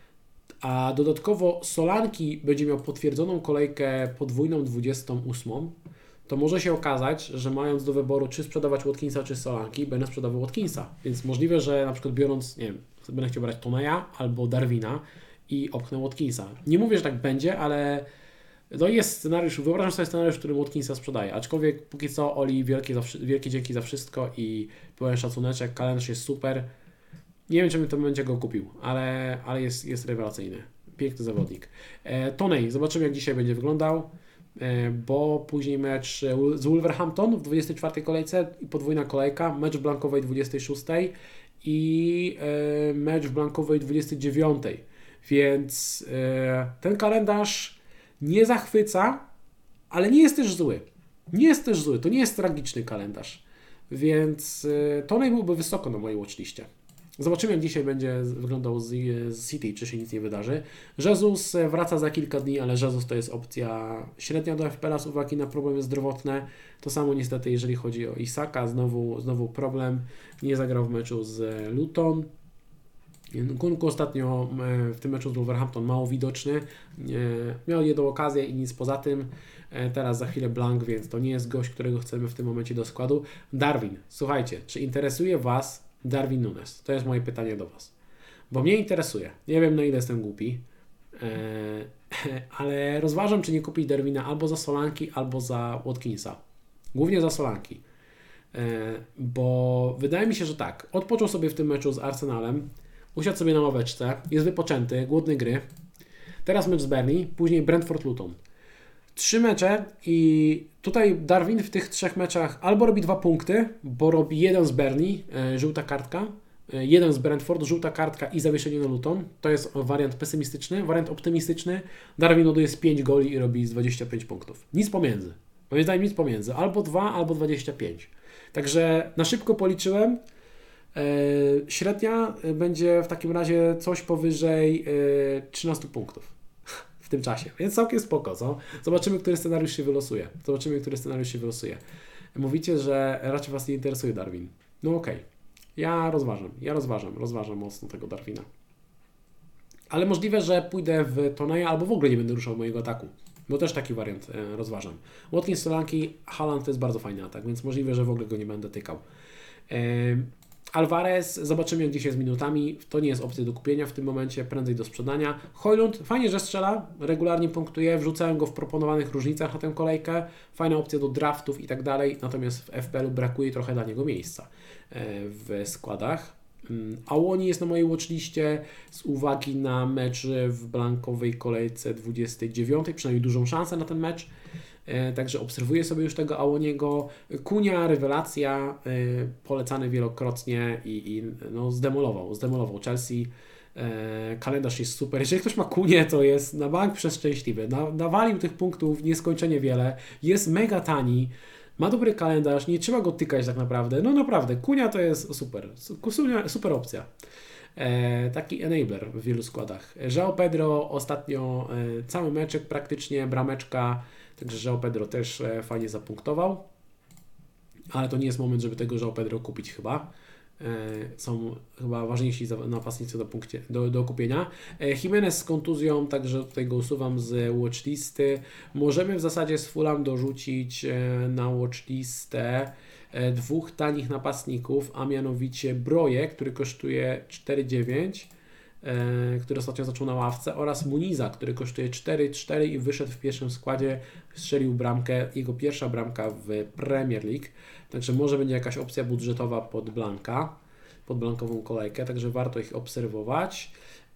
a dodatkowo Solanki będzie miał potwierdzoną kolejkę podwójną dwudziestą ósmą, to może się okazać, że mając do wyboru czy sprzedawać Watkinsa, czy Solanki, będę sprzedawał Watkinsa. Więc możliwe, że na przykład biorąc, nie wiem, będę chciał brać Toneja albo Darwina i opchnę Watkinsa. Nie mówię, że tak będzie, ale no jest scenariusz, wyobrażam sobie scenariusz, w którym Watkinsa sprzedaję. Aczkolwiek póki co Oli, wielkie, za, wielkie dzięki za wszystko i pełen szacuneczek, kalendarz jest super. Nie wiem, czy bym to będzie go kupił, ale, ale jest, jest rewelacyjny. Piękny zawodnik. E, Tonej, zobaczymy jak dzisiaj będzie wyglądał, e, bo później mecz z Wolverhampton w dwudziestej czwartej kolejce i podwójna kolejka, mecz w blankowej dwudziestej szóstej i e, mecz w blankowej dwudziestej dziewiątej. Więc e, ten kalendarz nie zachwyca, ale nie jest też zły. Nie jest też zły, to nie jest tragiczny kalendarz. Więc e, Tonej byłby wysoko na mojej watchliście. Zobaczymy, jak dzisiaj będzie wyglądał z, z City, czy się nic nie wydarzy. Jesus wraca za kilka dni, ale Jesus to jest opcja średnia do F P L a z uwagi na problemy zdrowotne. To samo niestety, jeżeli chodzi o Isaka, znowu, znowu problem. Nie zagrał w meczu z Luton. Nkunku ostatnio w tym meczu z Wolverhampton mało widoczny, miał jedną okazję i nic poza tym. Teraz za chwilę Blank, więc to nie jest gość, którego chcemy w tym momencie do składu. Darwin, słuchajcie, czy interesuje Was Darwin Núñez? To jest moje pytanie do Was. Bo mnie interesuje. Nie wiem, na ile jestem głupi, ale rozważam, czy nie kupić Darwina albo za Solanki, albo za Watkinsa. Głównie za Solanki. Bo wydaje mi się, że tak, odpoczął sobie w tym meczu z Arsenalem, usiadł sobie na ławeczce, jest wypoczęty, głodny gry. Teraz mecz z Burnley, później Brentford-Luton. Trzy mecze i tutaj Darwin w tych trzech meczach albo robi dwa punkty, bo robi jeden z Burnley, e, żółta kartka, e, jeden z Brentford, żółta kartka i zawieszenie na Luton. To jest wariant pesymistyczny. Wariant optymistyczny, Darwin oddaje z pięć goli i robi z dwadzieścia pięć punktów. Nic pomiędzy. Moim zdaniem nic pomiędzy. Albo dwa, albo dwadzieścia pięć. Także na szybko policzyłem. Yy, średnia będzie w takim razie coś powyżej yy, trzynaście punktów w tym czasie, więc całkiem spoko, co? Zobaczymy, który scenariusz się wylosuje. Zobaczymy, który scenariusz się wylosuje. Mówicie, że raczej Was nie interesuje Darwin. No okej. Okay. Ja rozważam, ja rozważam, rozważam mocno tego Darwina. Ale możliwe, że pójdę w Toneja albo w ogóle nie będę ruszał mojego ataku. Bo też taki wariant e, rozważam. Watkins, Solanki, Haaland to jest bardzo fajny atak, więc możliwe, że w ogóle go nie będę tykał. E, Alvarez, zobaczymy jak dzisiaj z minutami, to nie jest opcja do kupienia w tym momencie, prędzej do sprzedania. Højlund, fajnie, że strzela, regularnie punktuje, wrzucałem go w proponowanych różnicach na tę kolejkę, fajna opcja do draftów i tak dalej, natomiast w F P L-u brakuje trochę dla niego miejsca w składach. Awoni jest na mojej watchliście z uwagi na mecz w blankowej kolejce dwudziestej dziewiątej, przynajmniej dużą szansę na ten mecz. Także obserwuję sobie już tego Awoniego. Kunia, rewelacja, polecany wielokrotnie i, i no, zdemolował, zdemolował Chelsea. Kalendarz jest super. Jeżeli ktoś ma Kunię, to jest na bank przeszczęśliwy. Na, nawalił tych punktów nieskończenie wiele. Jest mega tani. Ma dobry kalendarz, nie trzeba go tykać tak naprawdę. No naprawdę, Kunia to jest super. Super opcja. E, taki enabler w wielu składach. João Pedro ostatnio e, cały meczek praktycznie, brameczka, także João Pedro też e, fajnie zapunktował. Ale to nie jest moment, żeby tego João Pedro kupić chyba. E, są chyba ważniejsi napastnicy do, punkcie, do, do kupienia. E, Jimenez z kontuzją, także tutaj go usuwam z watchlisty. Możemy w zasadzie z Fulham dorzucić e, na watchlistę e, dwóch tanich napastników, a mianowicie Broje, który kosztuje cztery dziewięć, e, który ostatnio zaczął na ławce, oraz Muniza, który kosztuje cztery cztery i wyszedł w pierwszym składzie, strzelił bramkę, jego pierwsza bramka w Premier League. Także może będzie jakaś opcja budżetowa pod Blanka, pod blankową kolejkę, także warto ich obserwować.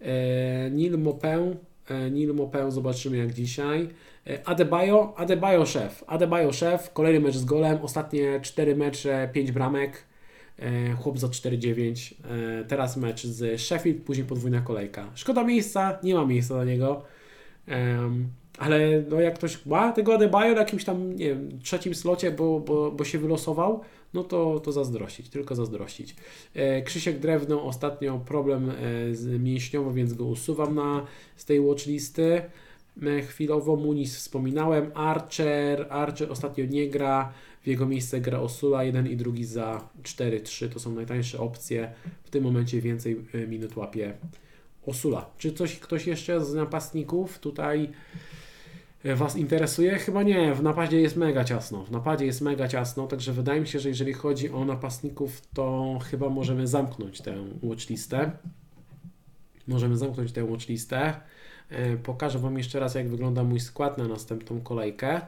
E, Neil Maupin, e, Neil Maupin zobaczymy jak dzisiaj. E, Adebayo, Adebayo szef, Adebayo szef, kolejny mecz z golem, ostatnie cztery mecze, pięć bramek, e, chłop za cztery dziewięć, e, teraz mecz z Sheffield, później podwójna kolejka. Szkoda miejsca, nie ma miejsca dla niego. E, Ale no jak ktoś ma tego Adebayo na jakimś tam, nie wiem, trzecim slocie, bo, bo, bo się wylosował, no to, to zazdrościć, tylko zazdrościć. E, Krzysiek Drewno ostatnio problem e, z mięśniowo, więc go usuwam na, z tej watchlisty. E, chwilowo Muniz wspominałem, Archer, Archer ostatnio nie gra, w jego miejsce gra Osula, jeden i drugi za cztery trzy, to są najtańsze opcje. W tym momencie więcej minut łapie Osula. Czy coś ktoś jeszcze z napastników tutaj Was interesuje? Chyba nie, w napadzie jest mega ciasno. W napadzie jest mega ciasno, także wydaje mi się, że jeżeli chodzi o napastników, to chyba możemy zamknąć tę watchlistę. Możemy zamknąć tę watchlistę. Pokażę Wam jeszcze raz, jak wygląda mój skład na następną kolejkę.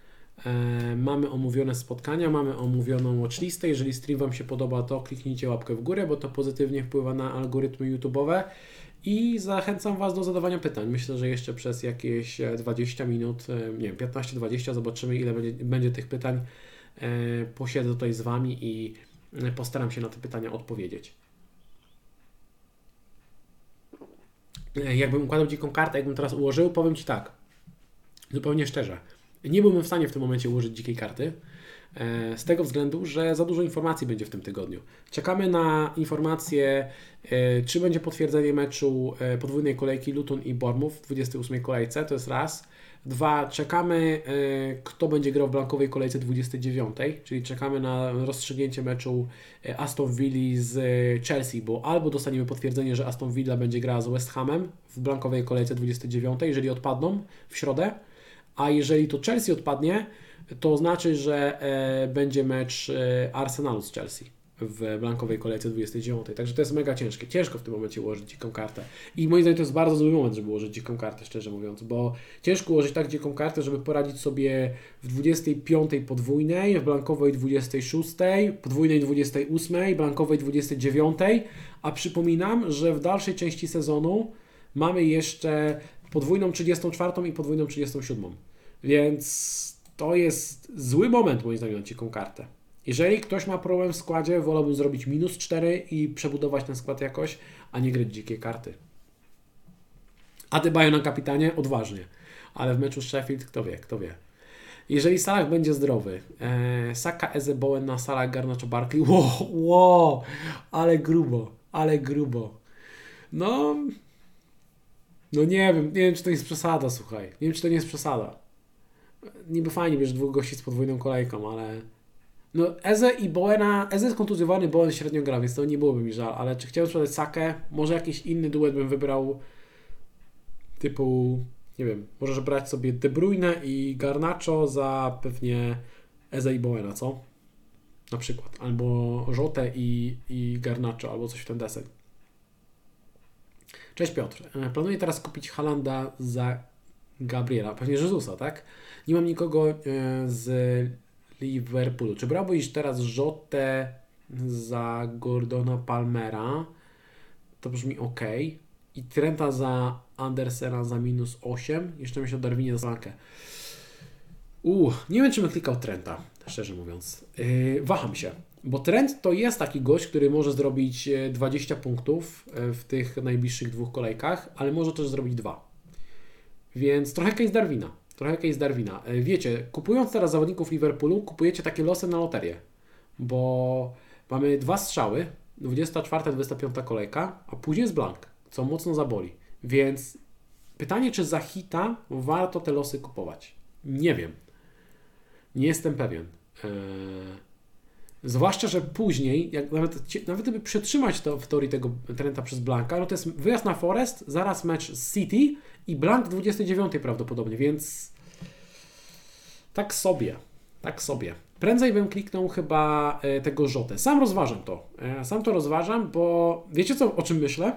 Mamy omówione spotkania, mamy omówioną watchlistę. Jeżeli stream Wam się podoba, to kliknijcie łapkę w górę, bo to pozytywnie wpływa na algorytmy YouTube'owe. I zachęcam Was do zadawania pytań. Myślę, że jeszcze przez jakieś dwadzieścia minut, nie wiem, piętnaście dwadzieścia, zobaczymy ile będzie, będzie tych pytań. Posiedzę tutaj z Wami i postaram się na te pytania odpowiedzieć. Jakbym układał dziką kartę, jakbym teraz ułożył, powiem Ci tak, zupełnie szczerze, nie byłbym w stanie w tym momencie ułożyć dzikiej karty, z tego względu, że za dużo informacji będzie w tym tygodniu. Czekamy na informacje, czy będzie potwierdzenie meczu podwójnej kolejki Luton i Bournemouth w dwudziestej ósmej kolejce, to jest raz. Dwa, czekamy, y, kto będzie grał w blankowej kolejce dwudziestej dziewiątej, czyli czekamy na rozstrzygnięcie meczu y, Aston Villa z y, Chelsea, bo albo dostaniemy potwierdzenie, że Aston Villa będzie grała z West Hamem w blankowej kolejce dwudziestej dziewiątej, jeżeli odpadną w środę, a jeżeli to Chelsea odpadnie, to znaczy, że y, będzie mecz y, Arsenalu z Chelsea w blankowej kolejce dwudziestej dziewiątej. Także to jest mega ciężkie. Ciężko w tym momencie ułożyć dziką kartę. I moim zdaniem to jest bardzo zły moment, żeby ułożyć dziką kartę, szczerze mówiąc, bo ciężko ułożyć tak dziką kartę, żeby poradzić sobie w dwudziestej piątej podwójnej, w blankowej dwudziestej szóstej, podwójnej dwudziestej ósmej, blankowej dwudziestej dziewiątej, a przypominam, że w dalszej części sezonu mamy jeszcze podwójną trzydziestą czwartą i podwójną trzydziestą siódmą. Więc to jest zły moment, moim zdaniem, na dziką kartę. Jeżeli ktoś ma problem w składzie, wolałbym zrobić minus cztery i przebudować ten skład jakoś, a nie grać dzikie karty. Adebayo na kapitanie? Odważnie. Ale w meczu z Sheffield, kto wie, kto wie. Jeżeli Salah będzie zdrowy, e, Saka, Eze, Bowen na Salah, Garnacho, Barkley, wow, wow, ale grubo, ale grubo. No, no nie wiem, nie wiem, czy to jest przesada, słuchaj. Nie wiem, czy to nie jest przesada. Niby fajnie, wiesz, dwóch gości z podwójną kolejką, ale... No Eze i Bowena, Eze jest kontuzjowany, Bowen średnio gra, więc to nie byłoby mi żal, ale czy chciałbym sprzedać Sakę? Może jakiś inny duet bym wybrał typu, nie wiem, możesz brać sobie De Bruyne i Garnacho za pewnie Eze i Bowena, co? Na przykład, albo Jotę i, i Garnacho, albo coś w ten deseń. Cześć Piotr, planuję teraz kupić Haalanda za Gabriela, pewnie Jezusa, tak? Nie mam nikogo z Liverpoolu. Czy brałbyś teraz Jotę za Gordona Palmera? To brzmi ok. I Trenta za Andersena za minus osiem. Jeszcze myślę o Darwinie za Solankę. Uuu, nie wiem, czy bym klikał Trenta, szczerze mówiąc. Yy, waham się, bo Trent to jest taki gość, który może zrobić dwadzieścia punktów w tych najbliższych dwóch kolejkach, ale może też zrobić dwa. Więc trochę case Darwina. Trochę case Darwina. Wiecie, kupując teraz zawodników Liverpoolu, kupujecie takie losy na loterię, bo mamy dwa strzały, dwudziesta czwarta, dwudziesta piąta kolejka, a później jest blank, co mocno zaboli. Więc pytanie, czy za hita warto te losy kupować? Nie wiem. Nie jestem pewien. Eee... Zwłaszcza, że później, jak nawet, nawet gdyby przetrzymać to w teorii tego Trenta przez blanka, no to jest wyjazd na Forest, zaraz mecz z City i blank dwudziestej dziewiątej prawdopodobnie, więc tak sobie, tak sobie. Prędzej bym kliknął chyba tego Jotę. Sam rozważam to. Sam to rozważam, bo wiecie co, o czym myślę?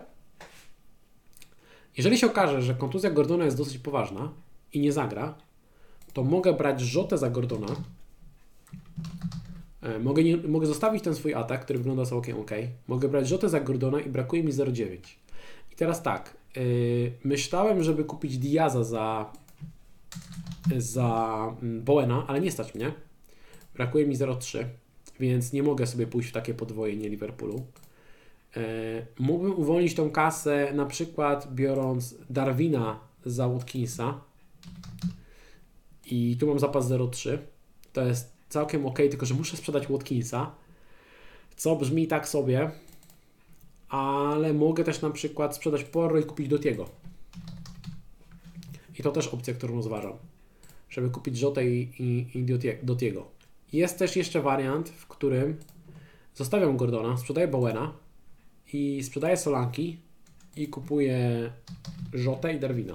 Jeżeli się okaże, że kontuzja Gordona jest dosyć poważna i nie zagra, to mogę brać Jotę za Gordona. Mogę, nie, mogę zostawić ten swój atak, który wygląda całkiem ok. Mogę brać Jotę za Gordona i brakuje mi zero przecinek dziewięć. I teraz tak, yy, myślałem, żeby kupić Diaza za, za Bowena, ale nie stać mnie. Brakuje mi zero przecinek trzy, więc nie mogę sobie pójść w takie podwojenie Liverpoolu. Yy, mógłbym uwolnić tą kasę na przykład biorąc Darwina za Watkinsa i tu mam zapas zero przecinek trzy. To jest całkiem ok, tylko że muszę sprzedać Watkinsa, co brzmi tak sobie, ale mogę też na przykład sprzedać Porro i kupić Dotiego. I to też opcja, którą rozważam, żeby kupić Jotę i, i, i Dotiego. Jest też jeszcze wariant, w którym zostawiam Gordona, sprzedaję Bowena i sprzedaję Solanki i kupuję Jotę i Darwina.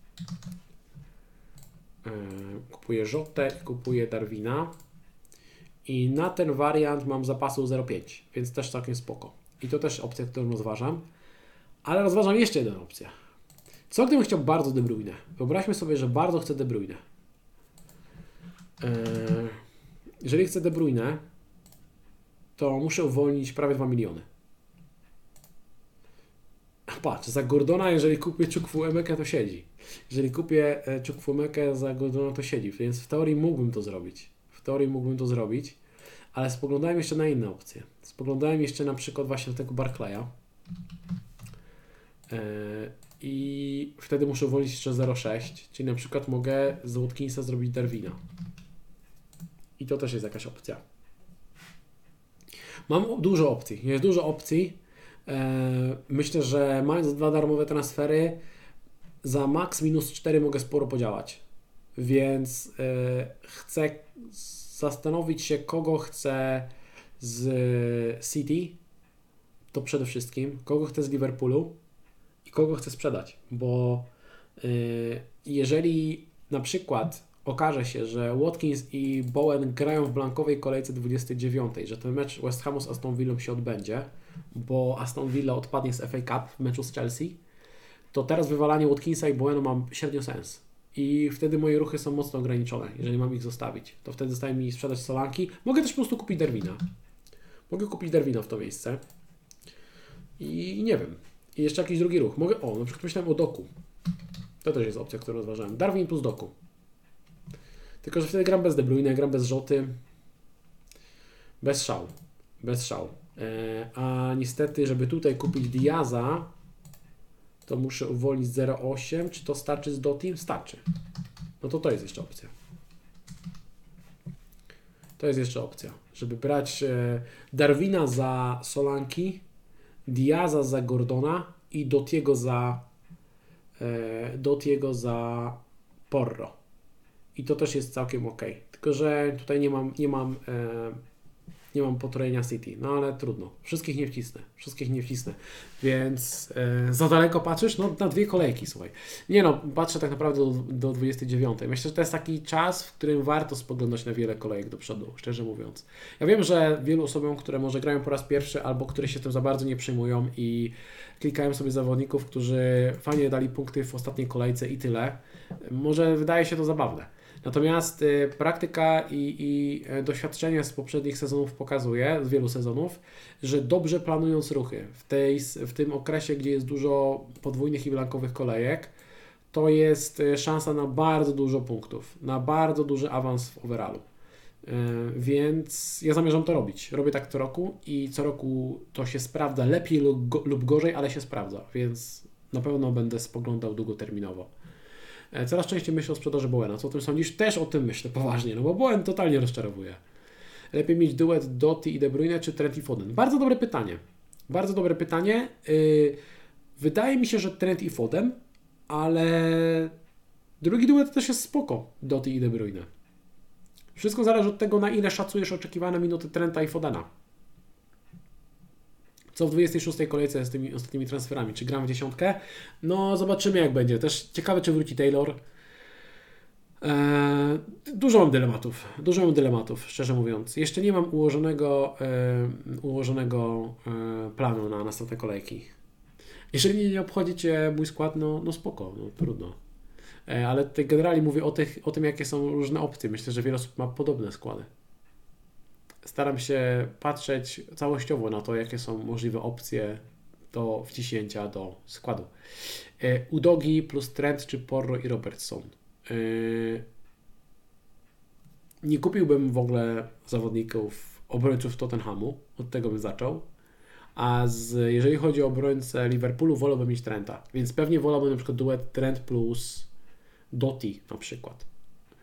Yy, kupuję Jotę i kupuję Darwina. I na ten wariant mam zapasu zero przecinek pięć, więc też całkiem spoko. I to też opcja, którą rozważam. Ale rozważam jeszcze jedną opcję. Co gdybym chciał bardzo De Bruyne? Wyobraźmy sobie, że bardzo chcę De Bruyne. Eee, jeżeli chcę De Bruyne, to muszę uwolnić prawie dwa miliony. Patrz, za Gordona, jeżeli kupię Chukwuemekę, to siedzi. Jeżeli kupię Chukwuemekę za Gordona, to siedzi. Więc w teorii mógłbym to zrobić. W teorii mógłbym to zrobić, ale spoglądałem jeszcze na inne opcje. Spoglądałem jeszcze na przykład właśnie do tego Barclaya yy, i wtedy muszę uwolnić jeszcze zero przecinek sześć, czyli na przykład mogę z Watkinsa zrobić Darwina. I to też jest jakaś opcja. Mam dużo opcji. Jest dużo opcji. Yy, myślę, że mając dwa darmowe transfery, za max minus cztery mogę sporo podziałać. więc yy, chcę zastanowić się, kogo chcę z City, to przede wszystkim, kogo chcę z Liverpoolu i kogo chcę sprzedać, bo yy, jeżeli na przykład okaże się, że Watkins i Bowen grają w blankowej kolejce dwudziestej dziewiątej, że ten mecz West Hamu z Aston Villą się odbędzie, bo Aston Villa odpadnie z F A Cup w meczu z Chelsea, to teraz wywalanie Watkinsa i Bowena ma średnio sens. I wtedy moje ruchy są mocno ograniczone, jeżeli mam ich zostawić. To wtedy zostaje mi sprzedać Solanki. Mogę też po prostu kupić Darwina. Mogę kupić Darwina w to miejsce. I nie wiem. I jeszcze jakiś drugi ruch. Mogę, o, na przykład myślałem o Doku. To też jest opcja, którą rozważałem. Darwin plus Doku. Tylko, że wtedy gram bez De Bruyne, gram bez Rzoty. Bez szału. Bez szału. Eee, a niestety, żeby tutaj kupić Diaza, to muszę uwolnić zero przecinek osiem. Czy to starczy z Dotim? Starczy. No to to jest jeszcze opcja. To jest jeszcze opcja. Żeby brać e, Darwina za Solanki, Diaza za Gordona i Dotiego za e, Dotiego za Porro. I to też jest całkiem ok. Tylko, że tutaj nie mam, nie mam, e, nie mam potrojenia City. No ale trudno. Wszystkich nie wcisnę. Wszystkich nie wcisnę. Więc e, za daleko patrzysz? No na dwie kolejki, słuchaj. Nie no, patrzę tak naprawdę do, do dwudziestej dziewiątej. Myślę, że to jest taki czas, w którym warto spoglądać na wiele kolejek do przodu, szczerze mówiąc. Ja wiem, że wielu osobom, które może grają po raz pierwszy albo które się tym za bardzo nie przejmują i klikają sobie zawodników, którzy fajnie dali punkty w ostatniej kolejce i tyle, może wydaje się to zabawne. Natomiast y, praktyka i, i doświadczenie z poprzednich sezonów pokazuje, z wielu sezonów, że dobrze planując ruchy w, tej, w tym okresie, gdzie jest dużo podwójnych i blankowych kolejek, to jest y, szansa na bardzo dużo punktów, na bardzo duży awans w overallu. Y, więc ja zamierzam to robić. Robię tak co roku i co roku to się sprawdza lepiej lub, go, lub gorzej, ale się sprawdza, więc na pewno będę spoglądał długoterminowo. Coraz częściej myślę o sprzedaży Bowena. Co o tym sądzisz? Też o tym myślę poważnie, no bo Bowen totalnie rozczarowuje. Lepiej mieć duet Doty i De Bruyne czy Trent i Foden? Bardzo dobre pytanie. Bardzo dobre pytanie. Yy, wydaje mi się, że Trent i Foden, ale drugi duet też jest spoko. Doty i De Bruyne. Wszystko zależy od tego, na ile szacujesz oczekiwane minuty Trenta i Fodena. Co w dwudziestej szóstej kolejce z tymi ostatnimi transferami? Czy gram w dziesiątkę? No zobaczymy jak będzie. Też ciekawe, czy wróci Taylor. Eee, dużo mam dylematów. Dużo mam dylematów, szczerze mówiąc. Jeszcze nie mam ułożonego, e, ułożonego e, planu na następne kolejki. Jeżeli nie obchodzi Cię mój skład, no, no spoko, no trudno. E, ale tutaj generalnie mówię o, tych, o tym, jakie są różne opcje. Myślę, że wiele osób ma podobne składy. Staram się patrzeć całościowo na to, jakie są możliwe opcje do wciśnięcia do składu. Udogi plus Trent czy Porro i Robertson. Nie kupiłbym w ogóle zawodników obrońców Tottenhamu, od tego bym zaczął. A z, jeżeli chodzi o obrońcę Liverpoolu, wolałbym mieć Trenta. Więc pewnie wolałbym na przykład duet Trent plus Doty na przykład.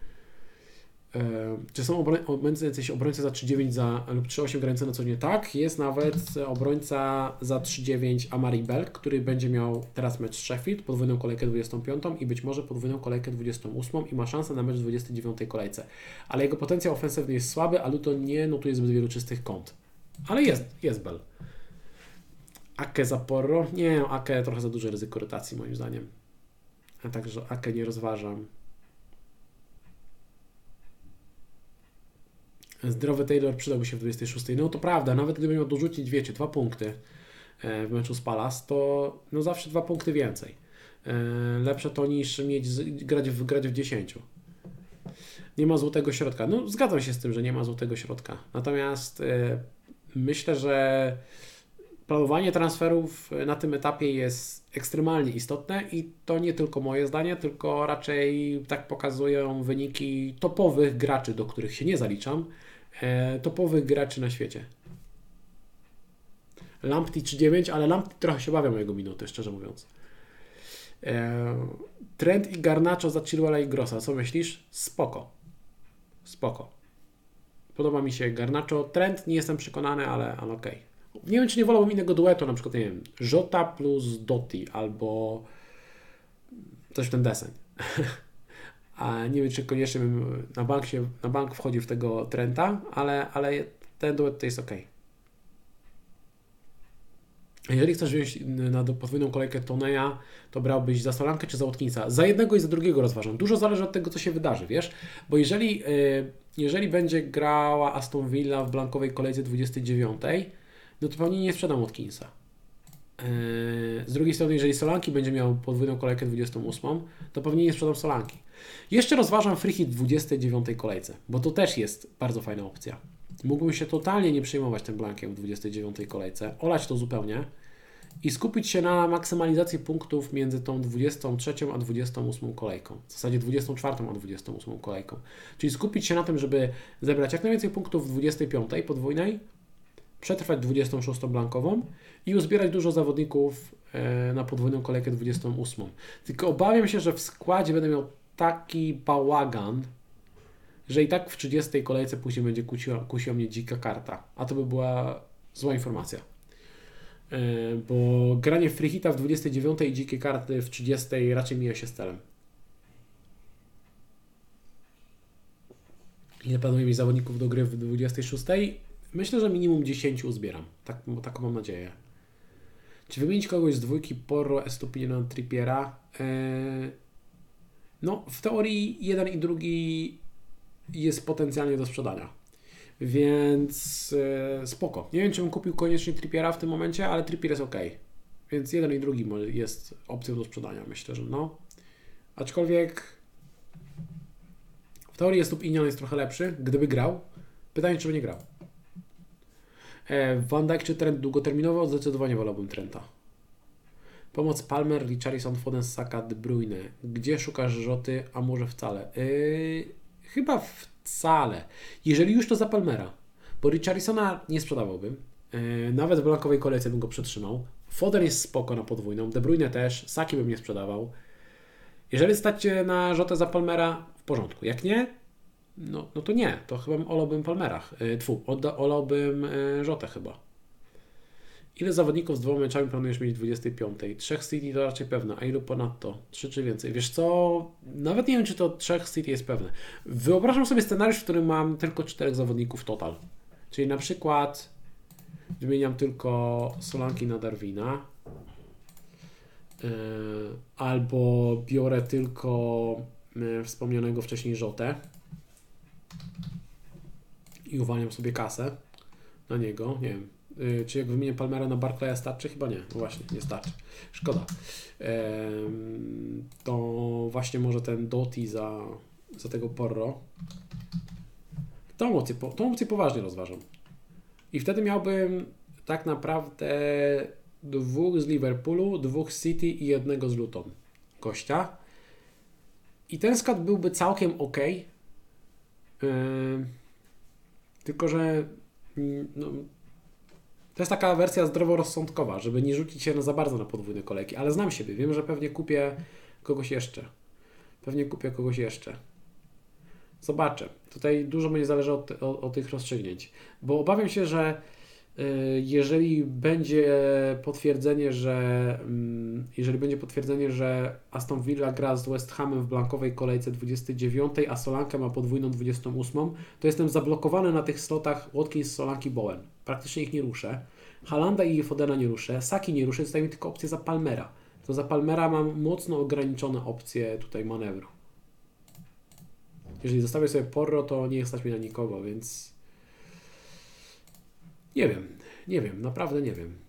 Czy są obrońcy, jacyś obrońcy za trzy dziewięć za, lub trzy osiem grający na co nie? Tak, jest nawet obrońca za trzy dziewięć Amari Bell, który będzie miał teraz mecz z Sheffield, podwójną kolejkę dwudziestą piątą i być może podwójną kolejkę dwudziestą ósmą i ma szansę na mecz w dwudziestej dziewiątej kolejce. Ale jego potencjał ofensywny jest słaby, a Luton nie notuje zbyt wielu czystych kąt. Ale jest, jest Bell. Ake za Porro? Nie, Ake trochę za duże ryzyko rotacji moim zdaniem. A także Ake nie rozważam. Zdrowy Taylor przydałby się w dwudziestej szóstej. No to prawda, nawet gdyby miał dorzucić, wiecie, dwa punkty w meczu z Palace, to no zawsze dwa punkty więcej. Lepsze to niż mieć, grać w, grać w dziesięciu. Nie ma złotego środka. No zgadzam się z tym, że nie ma złotego środka. Natomiast yy, myślę, że planowanie transferów na tym etapie jest ekstremalnie istotne i to nie tylko moje zdanie, tylko raczej tak pokazują wyniki topowych graczy, do których się nie zaliczam, e, topowych graczy na świecie. Lamptey trzy dziewięć, ale Lamptey trochę się bawia mojego minuty, szczerze mówiąc. E, Trent i Garnacho za Chilwella i Grossa. Co myślisz? Spoko. Spoko. Podoba mi się Garnacho. Trent nie jestem przekonany, ale, ale okej. Okay. Nie wiem, czy nie wolałbym innego duetu, na przykład, nie wiem, Jota plus Doty albo coś w ten deseń. A nie wiem, czy koniecznie bym na bank, się, na bank wchodził w tego Trenta, ale, ale ten duet to jest ok. Jeżeli chcesz wziąć na podwójną kolejkę Toneja, to brałbyś za Solankę czy za Watkinsa? Za jednego i za drugiego rozważam. Dużo zależy od tego, co się wydarzy, wiesz? Bo jeżeli, jeżeli będzie grała Aston Villa w blankowej kolejce dwudziestej dziewiątej, no to pewnie nie sprzedam Watkinsa. Z drugiej strony, jeżeli Solanki będzie miał podwójną kolejkę dwudziestą ósmą, to pewnie nie sprzedam Solanki. Jeszcze rozważam free hit w dwudziestej dziewiątej kolejce, bo to też jest bardzo fajna opcja. Mógłbym się totalnie nie przejmować tym blankiem w dwudziestej dziewiątej kolejce, olać to zupełnie i skupić się na maksymalizacji punktów między tą dwudziestą trzecią a dwudziestą ósmą kolejką. W zasadzie dwudziestą czwartą a dwudziestą ósmą kolejką. Czyli skupić się na tym, żeby zebrać jak najwięcej punktów w dwudziestej piątej podwójnej, przetrwać dwudziestą szóstą blankową i uzbierać dużo zawodników na podwójną kolejkę dwudziestą ósmą. Tylko obawiam się, że w składzie będę miał taki bałagan, że i tak w trzydziestej kolejce później będzie kusiła, kusiła mnie dzika karta. A to by była zła informacja. Bo granie free hita w dwudziestej dziewiątej i dzikie karty w trzydziestej raczej mija się z celem. Ile planuje mi zawodników do gry w dwudziestej szóstej? Myślę, że minimum dziesięć uzbieram. Tak, taką mam nadzieję. Czy wymienić kogoś z dwójki Porro, Estupiniana, Trippiera? Eee, no, w teorii jeden i drugi jest potencjalnie do sprzedania. Więc e, spoko. Nie wiem, czy bym kupił koniecznie Trippiera w tym momencie, ale Trippier jest ok. Więc jeden i drugi jest opcją do sprzedania. Myślę, że no. Aczkolwiek w teorii Estupinian jest trochę lepszy, gdyby grał. Pytanie, czy by nie grał. E, Van Dijk czy Trent długoterminowo? Zdecydowanie wolałbym Trenta. Pomoc Palmer, Richarlison, Foden, Saka, De Bruyne. Gdzie szukasz Rzoty, a może wcale? Yy, chyba wcale. Jeżeli już, to za Palmera. Bo Richarlisona nie sprzedawałbym. Yy, nawet w blankowej kolejce bym go przetrzymał. Foden jest spoko na podwójną. De Bruyne też. Saki bym nie sprzedawał. Jeżeli stacie na Rzotę za Palmera, w porządku. Jak nie, no, no to nie. To chyba olałbym Palmerach. Yy, tfu, olałbym yy, Rzotę chyba. Ile zawodników z dwoma meczami planujesz mieć w dwudziestej piątej? Trzech City to raczej pewne, a ilu ponadto? Trzy czy więcej? Wiesz co, nawet nie wiem, czy to trzech City jest pewne. Wyobrażam sobie scenariusz, w którym mam tylko czterech zawodników total. Czyli na przykład wymieniam tylko Solanki na Darwina, yy, albo biorę tylko yy, wspomnianego wcześniej Rzotę i uwalniam sobie kasę na niego, nie wiem. Czy jak wymienię Palmera na Barclaya starczy? Chyba nie. No właśnie, nie starczy. Szkoda. Ehm, to właśnie może ten Doty za, za tego Porro. Tą opcję, tą opcję poważnie rozważam. I wtedy miałbym tak naprawdę dwóch z Liverpoolu, dwóch z City i jednego z Luton gościa. I ten skład byłby całkiem ok. Ehm, tylko, że no, to jest taka wersja zdroworozsądkowa, żeby nie rzucić się na za bardzo na podwójne kolejki, ale znam siebie, wiem, że pewnie kupię kogoś jeszcze. Pewnie kupię kogoś jeszcze. Zobaczę. Tutaj dużo będzie zależy od, od, od tych rozstrzygnięć, bo obawiam się, że y, jeżeli będzie potwierdzenie, że y, jeżeli będzie potwierdzenie, że Aston Villa gra z West Hamem w blankowej kolejce dwudziestej dziewiątej, a Solanka ma podwójną dwudziestą ósmą, to jestem zablokowany na tych slotach Watkins, Solanki, Bowen. Praktycznie ich nie ruszę. Halanda i Fodena nie ruszę. Saki nie ruszę. Zostaje mi tylko opcja za Palmera. To za Palmera mam mocno ograniczone opcje tutaj manewru. Jeżeli zostawię sobie Porro, to nie stać mi na nikogo, więc nie wiem. Nie wiem. Naprawdę nie wiem.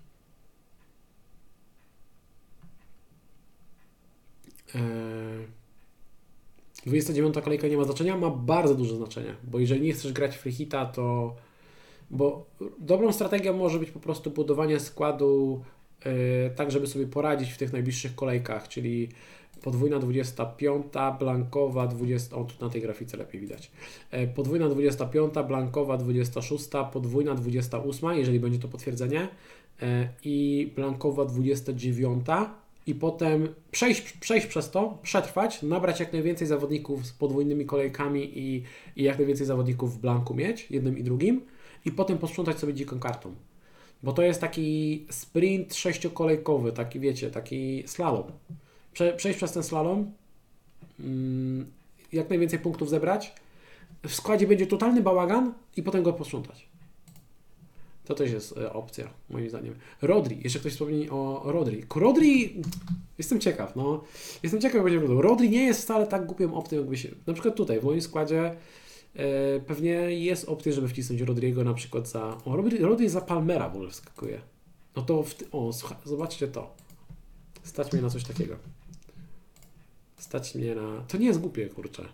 Eee... dwudziesta dziewiąta kolejka nie ma znaczenia? Ma bardzo duże znaczenie, bo jeżeli nie chcesz grać free hita, to bo dobrą strategią może być po prostu budowanie składu yy, tak, żeby sobie poradzić w tych najbliższych kolejkach, czyli podwójna dwudziesta piąta, blankowa dwudziesta, o tu na tej grafice lepiej widać, yy, podwójna dwudziesta piąta, blankowa dwudziesta szósta, podwójna dwudziesta ósma, jeżeli będzie to potwierdzenie, yy, i blankowa dwudziesta dziewiąta i potem przejść, przejść przez to, przetrwać, nabrać jak najwięcej zawodników z podwójnymi kolejkami i, i jak najwięcej zawodników w blanku mieć, jednym i drugim, i potem posprzątać sobie dziką kartą. Bo to jest taki sprint sześciokolejkowy, taki wiecie, taki slalom. Prze, przejść przez ten slalom, mm, jak najwięcej punktów zebrać, w składzie będzie totalny bałagan i potem go posprzątać. To też jest e, opcja, moim zdaniem. Rodri, jeszcze ktoś wspomni o Rodri. Rodri, jestem ciekaw, no. Jestem ciekaw, jak będzie wyglądał. Rodri nie jest wcale tak głupią opcją, jakby się... Na przykład tutaj, w moim składzie e, pewnie jest opcja, żeby wcisnąć Rodriego na przykład za... O, Rodri, Rodri za Palmera w ogóle wskakuje. No to, w, o, słucha, zobaczcie to. Stać mnie na coś takiego. Stać mnie na... To nie jest głupie, kurczę.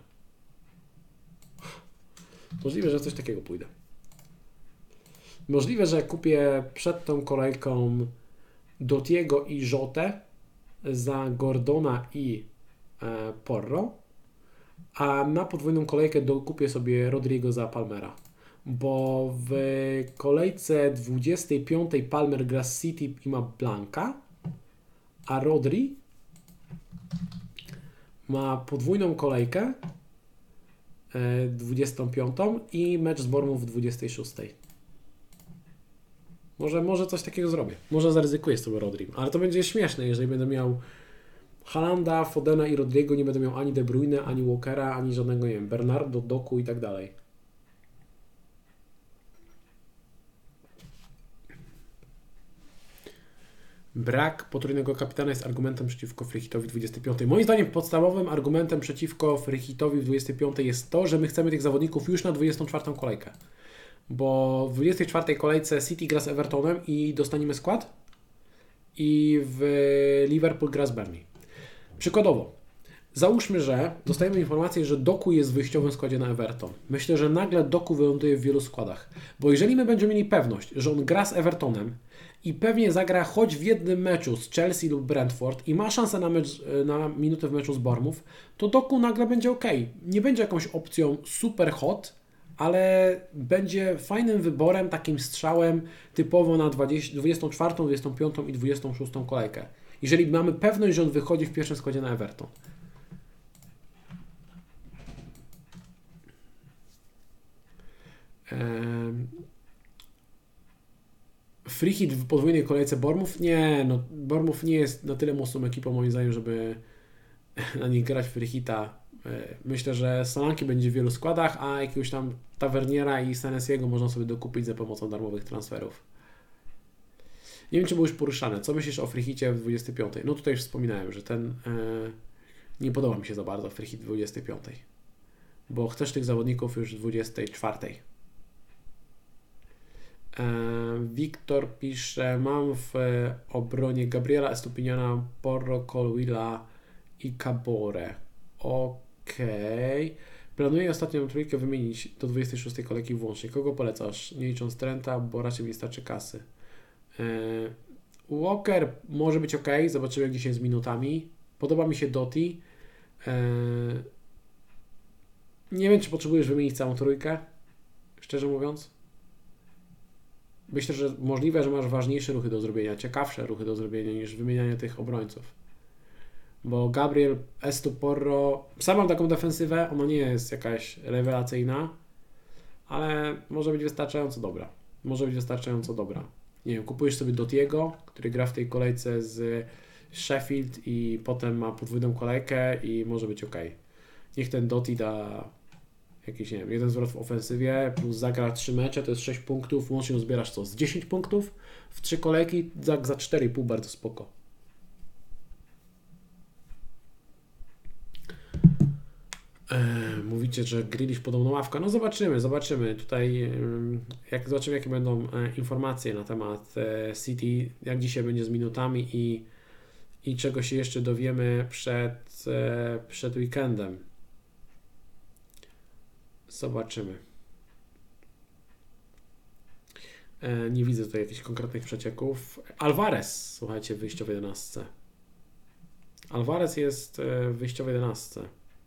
Możliwe, że coś takiego pójdę. Możliwe, że kupię przed tą kolejką Dotiego i Jotę za Gordona i e, Porro, a na podwójną kolejkę dokupię sobie Rodrigo za Palmera. Bo w kolejce dwudziestej piątej Palmer gra z City i ma Blanka, a Rodri ma podwójną kolejkę e, dwudziestą piątą i mecz z Bournemouth w dwudziestej szóstej. Może, może coś takiego zrobię. Może zaryzykuję z tym Rodrim. Ale to będzie śmieszne, jeżeli będę miał Haalanda, Fodena i Rodrigo, nie będę miał ani De Bruyne, ani Walkera, ani żadnego, nie wiem, Bernardo, Doku i tak dalej. Brak potrójnego kapitana jest argumentem przeciwko Frychitowi w dwudziestej piątej. Moim zdaniem podstawowym argumentem przeciwko Frychitowi w dwudziestej piątej jest to, że my chcemy tych zawodników już na dwudziestą czwartą kolejkę. Bo w dwudziestej czwartej kolejce City gra z Evertonem i dostaniemy skład i w Liverpool gra z Burnley. Przykładowo, załóżmy, że dostajemy informację, że Doku jest w wyjściowym składzie na Everton. Myślę, że nagle Doku wyląduje w wielu składach. Bo jeżeli my będziemy mieli pewność, że on gra z Evertonem i pewnie zagra choć w jednym meczu z Chelsea lub Brentford i ma szansę na, mecz, na minutę w meczu z Bournemouth, to Doku nagle będzie ok. Nie będzie jakąś opcją super hot, ale będzie fajnym wyborem, takim strzałem typowo na dwudziestą czwartą, dwudziestą piątą i dwudziestą szóstą kolejkę. Jeżeli mamy pewność, że on wychodzi w pierwszym składzie na Everton. Ehm... Free hit w podwójnej kolejce Bournemouth? Nie, no Bournemouth nie jest na tyle mocną ekipą moim zdaniem, żeby na nich grać free hita. Myślę, że Solanki będzie w wielu składach, a jakiegoś tam Taverniera i Senesiego można sobie dokupić za pomocą darmowych transferów. Nie wiem, czy było już poruszane. Co myślisz o freehicie w dwudziestej piątej? No tutaj już wspominałem, że ten yy, nie podoba mi się za bardzo freehit w dwudziestej piątej. Bo chcesz tych zawodników już w dwudziestej czwartej. Yy, Wiktor pisze, mam w obronie Gabriela Estupiniana, Porro, Colwilla i Cabore. Okej. Okay. Planuję ostatnią trójkę wymienić do dwudziestej szóstej kolejki włącznie. Kogo polecasz? Nie licząc Trenta, bo raczej mi starczy kasy. Yy, Walker może być ok. Zobaczymy, jak dzisiaj z minutami. Podoba mi się Doty. Yy, nie wiem, czy potrzebujesz wymienić całą trójkę. Szczerze mówiąc. Myślę, że możliwe, że masz ważniejsze ruchy do zrobienia, ciekawsze ruchy do zrobienia niż wymienianie tych obrońców. Bo Gabriel, Estu, Porro, sam mam taką defensywę, ona nie jest jakaś rewelacyjna, ale może być wystarczająco dobra. Może być wystarczająco dobra. Nie wiem, kupujesz sobie Dotiego, który gra w tej kolejce z Sheffield i potem ma podwójną kolejkę i może być ok. Niech ten Doty da jakiś, nie wiem, jeden zwrot w ofensywie, plus zagra trzy mecze, to jest sześć punktów, łącznie zbierasz co? Z dziesięć punktów w trzy kolejki, za, za cztery i pół bardzo spoko. Eee, mówicie, że Grealish podobno ławka. No zobaczymy, zobaczymy. Tutaj jak zobaczymy, jakie będą e, informacje na temat e, City, jak dzisiaj będzie z minutami i, i czego się jeszcze dowiemy przed, e, przed weekendem. Zobaczymy. E, nie widzę tutaj jakichś konkretnych przecieków. Alvarez, słuchajcie, w wyjściowej jedenastce. Alvarez jest w wyjściowej jedenastce.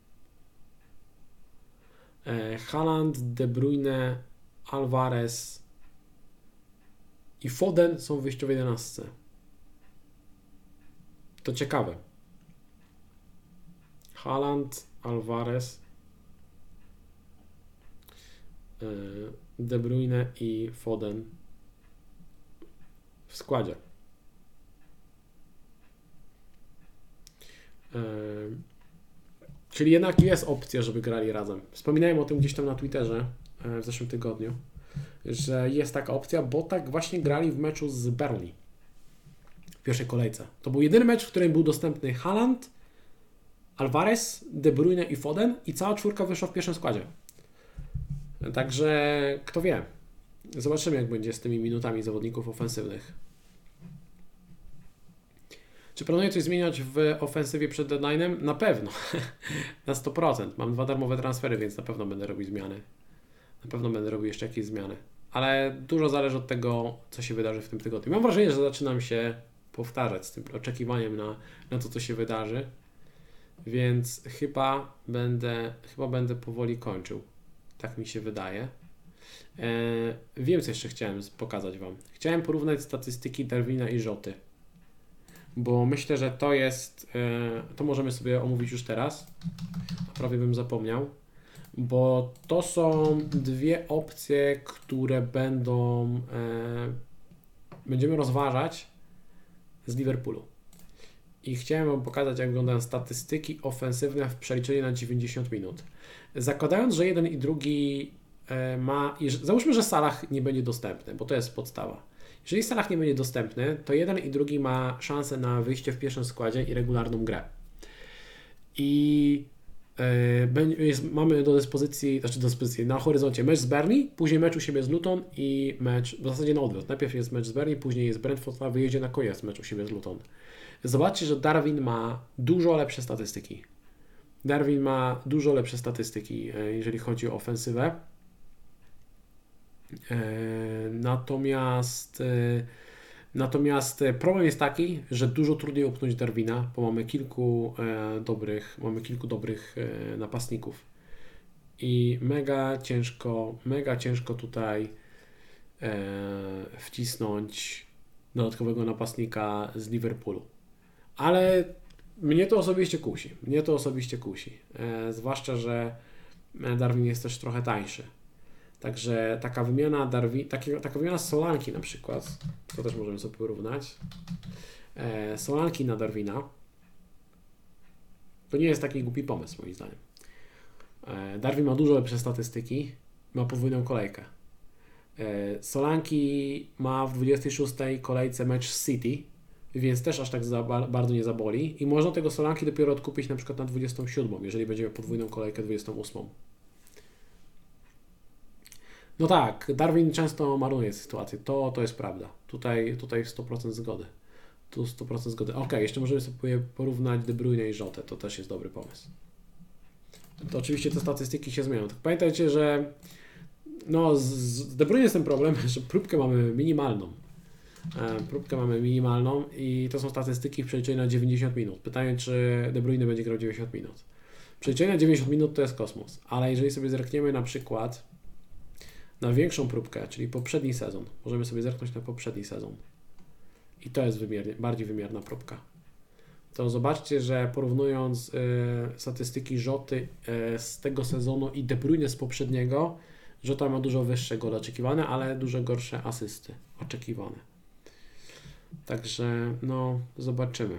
Haaland, De Bruyne, Alvarez i Foden są w wyjściowej jedenastce. To ciekawe. Haaland, Alvarez, De Bruyne i Foden w składzie. Czyli jednak jest opcja, żeby grali razem. Wspominałem o tym gdzieś tam na Twitterze w zeszłym tygodniu, że jest taka opcja, bo tak właśnie grali w meczu z Burnley w pierwszej kolejce. To był jedyny mecz, w którym był dostępny Haaland, Alvarez, De Bruyne i Foden i cała czwórka wyszła w pierwszym składzie. Także kto wie. Zobaczymy, jak będzie z tymi minutami zawodników ofensywnych. Czy planuję coś zmieniać w ofensywie przed deadline'em? Na pewno. Na sto procent. Mam dwa darmowe transfery, więc na pewno będę robił zmiany. Na pewno będę robił jeszcze jakieś zmiany. Ale dużo zależy od tego, co się wydarzy w tym tygodniu. Mam wrażenie, że zaczynam się powtarzać z tym oczekiwaniem na, na to, co się wydarzy. Więc chyba będę, chyba będę powoli kończył. Tak mi się wydaje. Eee, wiem, co jeszcze chciałem pokazać Wam. Chciałem porównać statystyki Darwina i Joty. Bo myślę, że to jest, e, to możemy sobie omówić już teraz. Prawie bym zapomniał. Bo to są dwie opcje, które będą, e, będziemy rozważać z Liverpoolu. I chciałem Wam pokazać, jak wyglądają statystyki ofensywne w przeliczeniu na dziewięćdziesiąt minut. Zakładając, że jeden i drugi e, ma, załóżmy, że Salah nie będzie dostępny, bo to jest podstawa. Jeżeli Salah nie będzie dostępny, to jeden i drugi ma szansę na wyjście w pierwszym składzie i regularną grę. I yy, jest, mamy do dyspozycji, znaczy do dyspozycji na horyzoncie mecz z Burnley, później mecz u siebie z Luton i mecz, w zasadzie na odwrót. Najpierw jest mecz z Burnley, później jest Brentford, na wyjeździe na koniec mecz u siebie z Luton. Zobaczcie, że Darwin ma dużo lepsze statystyki. Darwin ma dużo lepsze statystyki, jeżeli chodzi o ofensywę. Natomiast, natomiast problem jest taki, że dużo trudniej upchnąć Darwina, bo mamy kilku dobrych, mamy kilku dobrych napastników i mega ciężko, mega ciężko tutaj wcisnąć dodatkowego napastnika z Liverpoolu. Ale mnie to osobiście kusi. Mnie to osobiście kusi. Zwłaszcza, że Darwin jest też trochę tańszy. Także taka wymiana Darwi, taki, taka wymiana Solanki na przykład, to też możemy sobie porównać. E, Solanki na Darwina to nie jest taki głupi pomysł moim zdaniem. E, Darwin ma dużo lepsze statystyki, ma podwójną kolejkę. E, Solanki ma w dwudziestej szóstej kolejce mecz z City, więc też aż tak za, bardzo nie zaboli i można tego Solanki dopiero odkupić na przykład na dwudziestą siódmą, jeżeli będziemy podwójną kolejkę dwudziestą ósmą. No tak, Darwin często marnuje sytuację, to, to jest prawda. Tutaj, tutaj sto procent zgody. Tu sto procent zgody. Ok, jeszcze możemy sobie porównać De Bruyne i Jotę, to też jest dobry pomysł. To oczywiście te statystyki się zmienią. Tak pamiętajcie, że no, z De Bruyne jest ten problem, że próbkę mamy minimalną. E, próbkę mamy minimalną i to są statystyki w przeliczeniu na dziewięćdziesiąt minut. Pytanie, czy De Bruyne będzie grał dziewięćdziesiąt minut. Przeliczenie na dziewięćdziesiąt minut to jest kosmos, ale jeżeli sobie zerkniemy na przykład na większą próbkę, czyli poprzedni sezon. Możemy sobie zerknąć na poprzedni sezon. I to jest wymiernie, bardziej wymierna próbka. To zobaczcie, że porównując y, statystyki Joty y, z tego sezonu i De Bruyne z poprzedniego, Jota ma dużo wyższe gole oczekiwane, ale dużo gorsze asysty oczekiwane. Także no, zobaczymy.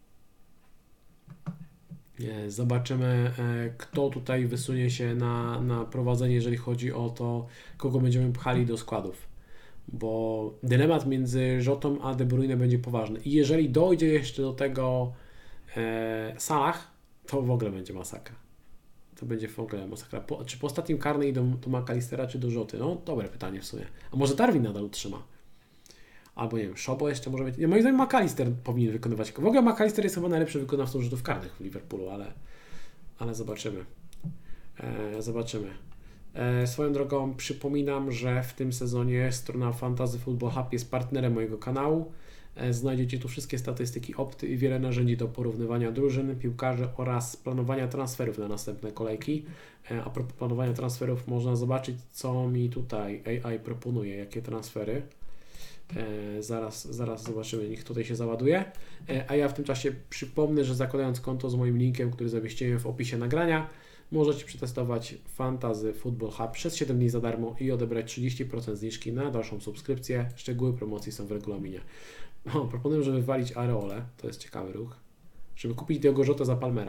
Zobaczymy, kto tutaj wysunie się na, na prowadzenie, jeżeli chodzi o to, kogo będziemy pchali do składów. Bo dylemat między Jotą a De Bruyne będzie poważny. I jeżeli dojdzie jeszcze do tego e, Salah, to w ogóle będzie masakra. To będzie w ogóle masakra. Po, czy po ostatnim karnej idą do McAllistera, czy do Joty? No, dobre pytanie w sumie. A może Darwin nadal utrzyma? Albo nie wiem, Szobo jeszcze może być. Nie, moim zdaniem McAllister powinien wykonywać. W ogóle McAllister jest chyba najlepszy wykonawcą rzutów karnych w Liverpoolu, ale, ale zobaczymy. E, zobaczymy. E, swoją drogą przypominam, że w tym sezonie strona Fantasy Football Hub jest partnerem mojego kanału. E, znajdziecie tu wszystkie statystyki opty i wiele narzędzi do porównywania drużyn, piłkarzy oraz planowania transferów na następne kolejki. E, a propos planowania transferów można zobaczyć, co mi tutaj A I proponuje, jakie transfery. E, zaraz, zaraz zobaczymy, niech tutaj się załaduje. E, a ja w tym czasie przypomnę, że zakładając konto z moim linkiem, który zamieściłem w opisie nagrania, możecie przetestować Fantasy Football Hub przez siedem dni za darmo i odebrać trzydzieści procent zniżki na dalszą subskrypcję. Szczegóły promocji są w regulaminie. O, proponuję, żeby wywalić Areolę, to jest ciekawy ruch, żeby kupić Diogo Jotę za Palmera.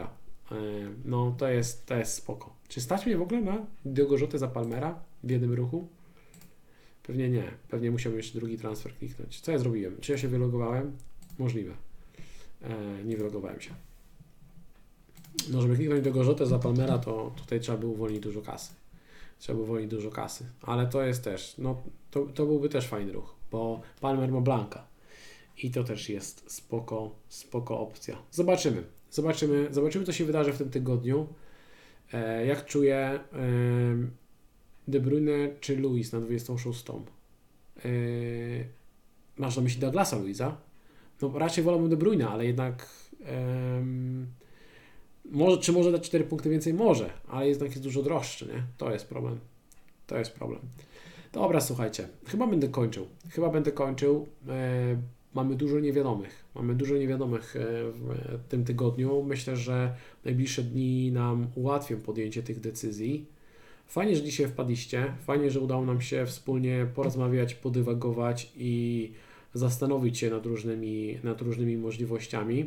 no to jest, to jest spoko. Czy stać mnie w ogóle na Diogo Jotę za Palmera w jednym ruchu? Pewnie nie. Pewnie musiałbym jeszcze drugi transfer kliknąć. Co ja zrobiłem? Czy ja się wylogowałem? Możliwe. E, nie wylogowałem się. No, żeby kliknąć Diogo Jotę za Palmera, to tutaj trzeba było uwolnić dużo kasy. Trzeba było uwolnić dużo kasy. Ale to jest też, no to, to byłby też fajny ruch, bo Palmer ma Blanka. I to też jest spoko, spoko opcja. Zobaczymy. Zobaczymy, zobaczymy co się wydarzy w tym tygodniu. E, jak czuję e, De Bruyne czy Luis na dwudziestą szóstą? E, masz na myśli Douglasa Luisa? No raczej wolałbym De Bruyne, ale jednak e, może, czy może dać cztery punkty więcej? Może, ale jednak jest dużo droższy, nie? To jest problem. To jest problem. Dobra, słuchajcie, chyba będę kończył. Chyba będę kończył. E, Mamy dużo niewiadomych. Mamy dużo niewiadomych w tym tygodniu. Myślę, że najbliższe dni nam ułatwią podjęcie tych decyzji. Fajnie, że dzisiaj wpadliście. Fajnie, że udało nam się wspólnie porozmawiać, podywagować i zastanowić się nad różnymi, nad różnymi możliwościami.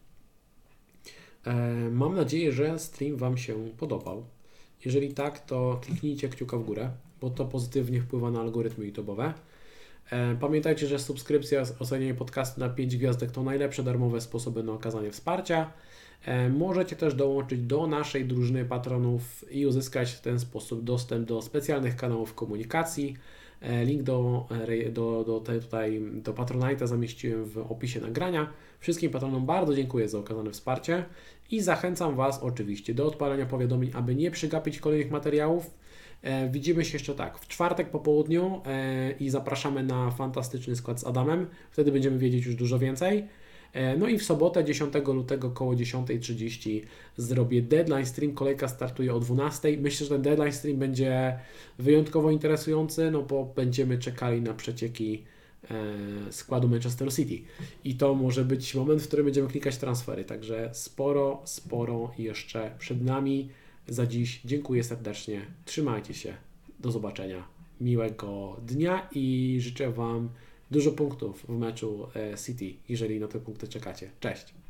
Mam nadzieję, że stream Wam się podobał. Jeżeli tak, to kliknijcie kciuka w górę, bo to pozytywnie wpływa na algorytmy YouTube'owe. Pamiętajcie, że subskrypcja, ocenienie podcastu na pięć gwiazdek to najlepsze darmowe sposoby na okazanie wsparcia. Możecie też dołączyć do naszej drużyny patronów i uzyskać w ten sposób dostęp do specjalnych kanałów komunikacji. Link do, do, do, tutaj, do Patronite'a zamieściłem w opisie nagrania. Wszystkim patronom bardzo dziękuję za okazane wsparcie i zachęcam Was oczywiście do odpalenia powiadomień, aby nie przegapić kolejnych materiałów. E, widzimy się jeszcze tak, w czwartek po południu e, i zapraszamy na fantastyczny skład z Adamem. Wtedy będziemy wiedzieć już dużo więcej. E, no i w sobotę dziesiątego lutego koło dziesiąta trzydzieści zrobię deadline stream. Kolejka startuje o dwunastej. Myślę, że ten deadline stream będzie wyjątkowo interesujący, no bo będziemy czekali na przecieki e, składu Manchester City. I to może być moment, w którym będziemy klikać transfery. Także sporo, sporo jeszcze przed nami. Za dziś dziękuję serdecznie, trzymajcie się, do zobaczenia, miłego dnia i życzę Wam dużo punktów w meczu City, jeżeli na te punkty czekacie. Cześć!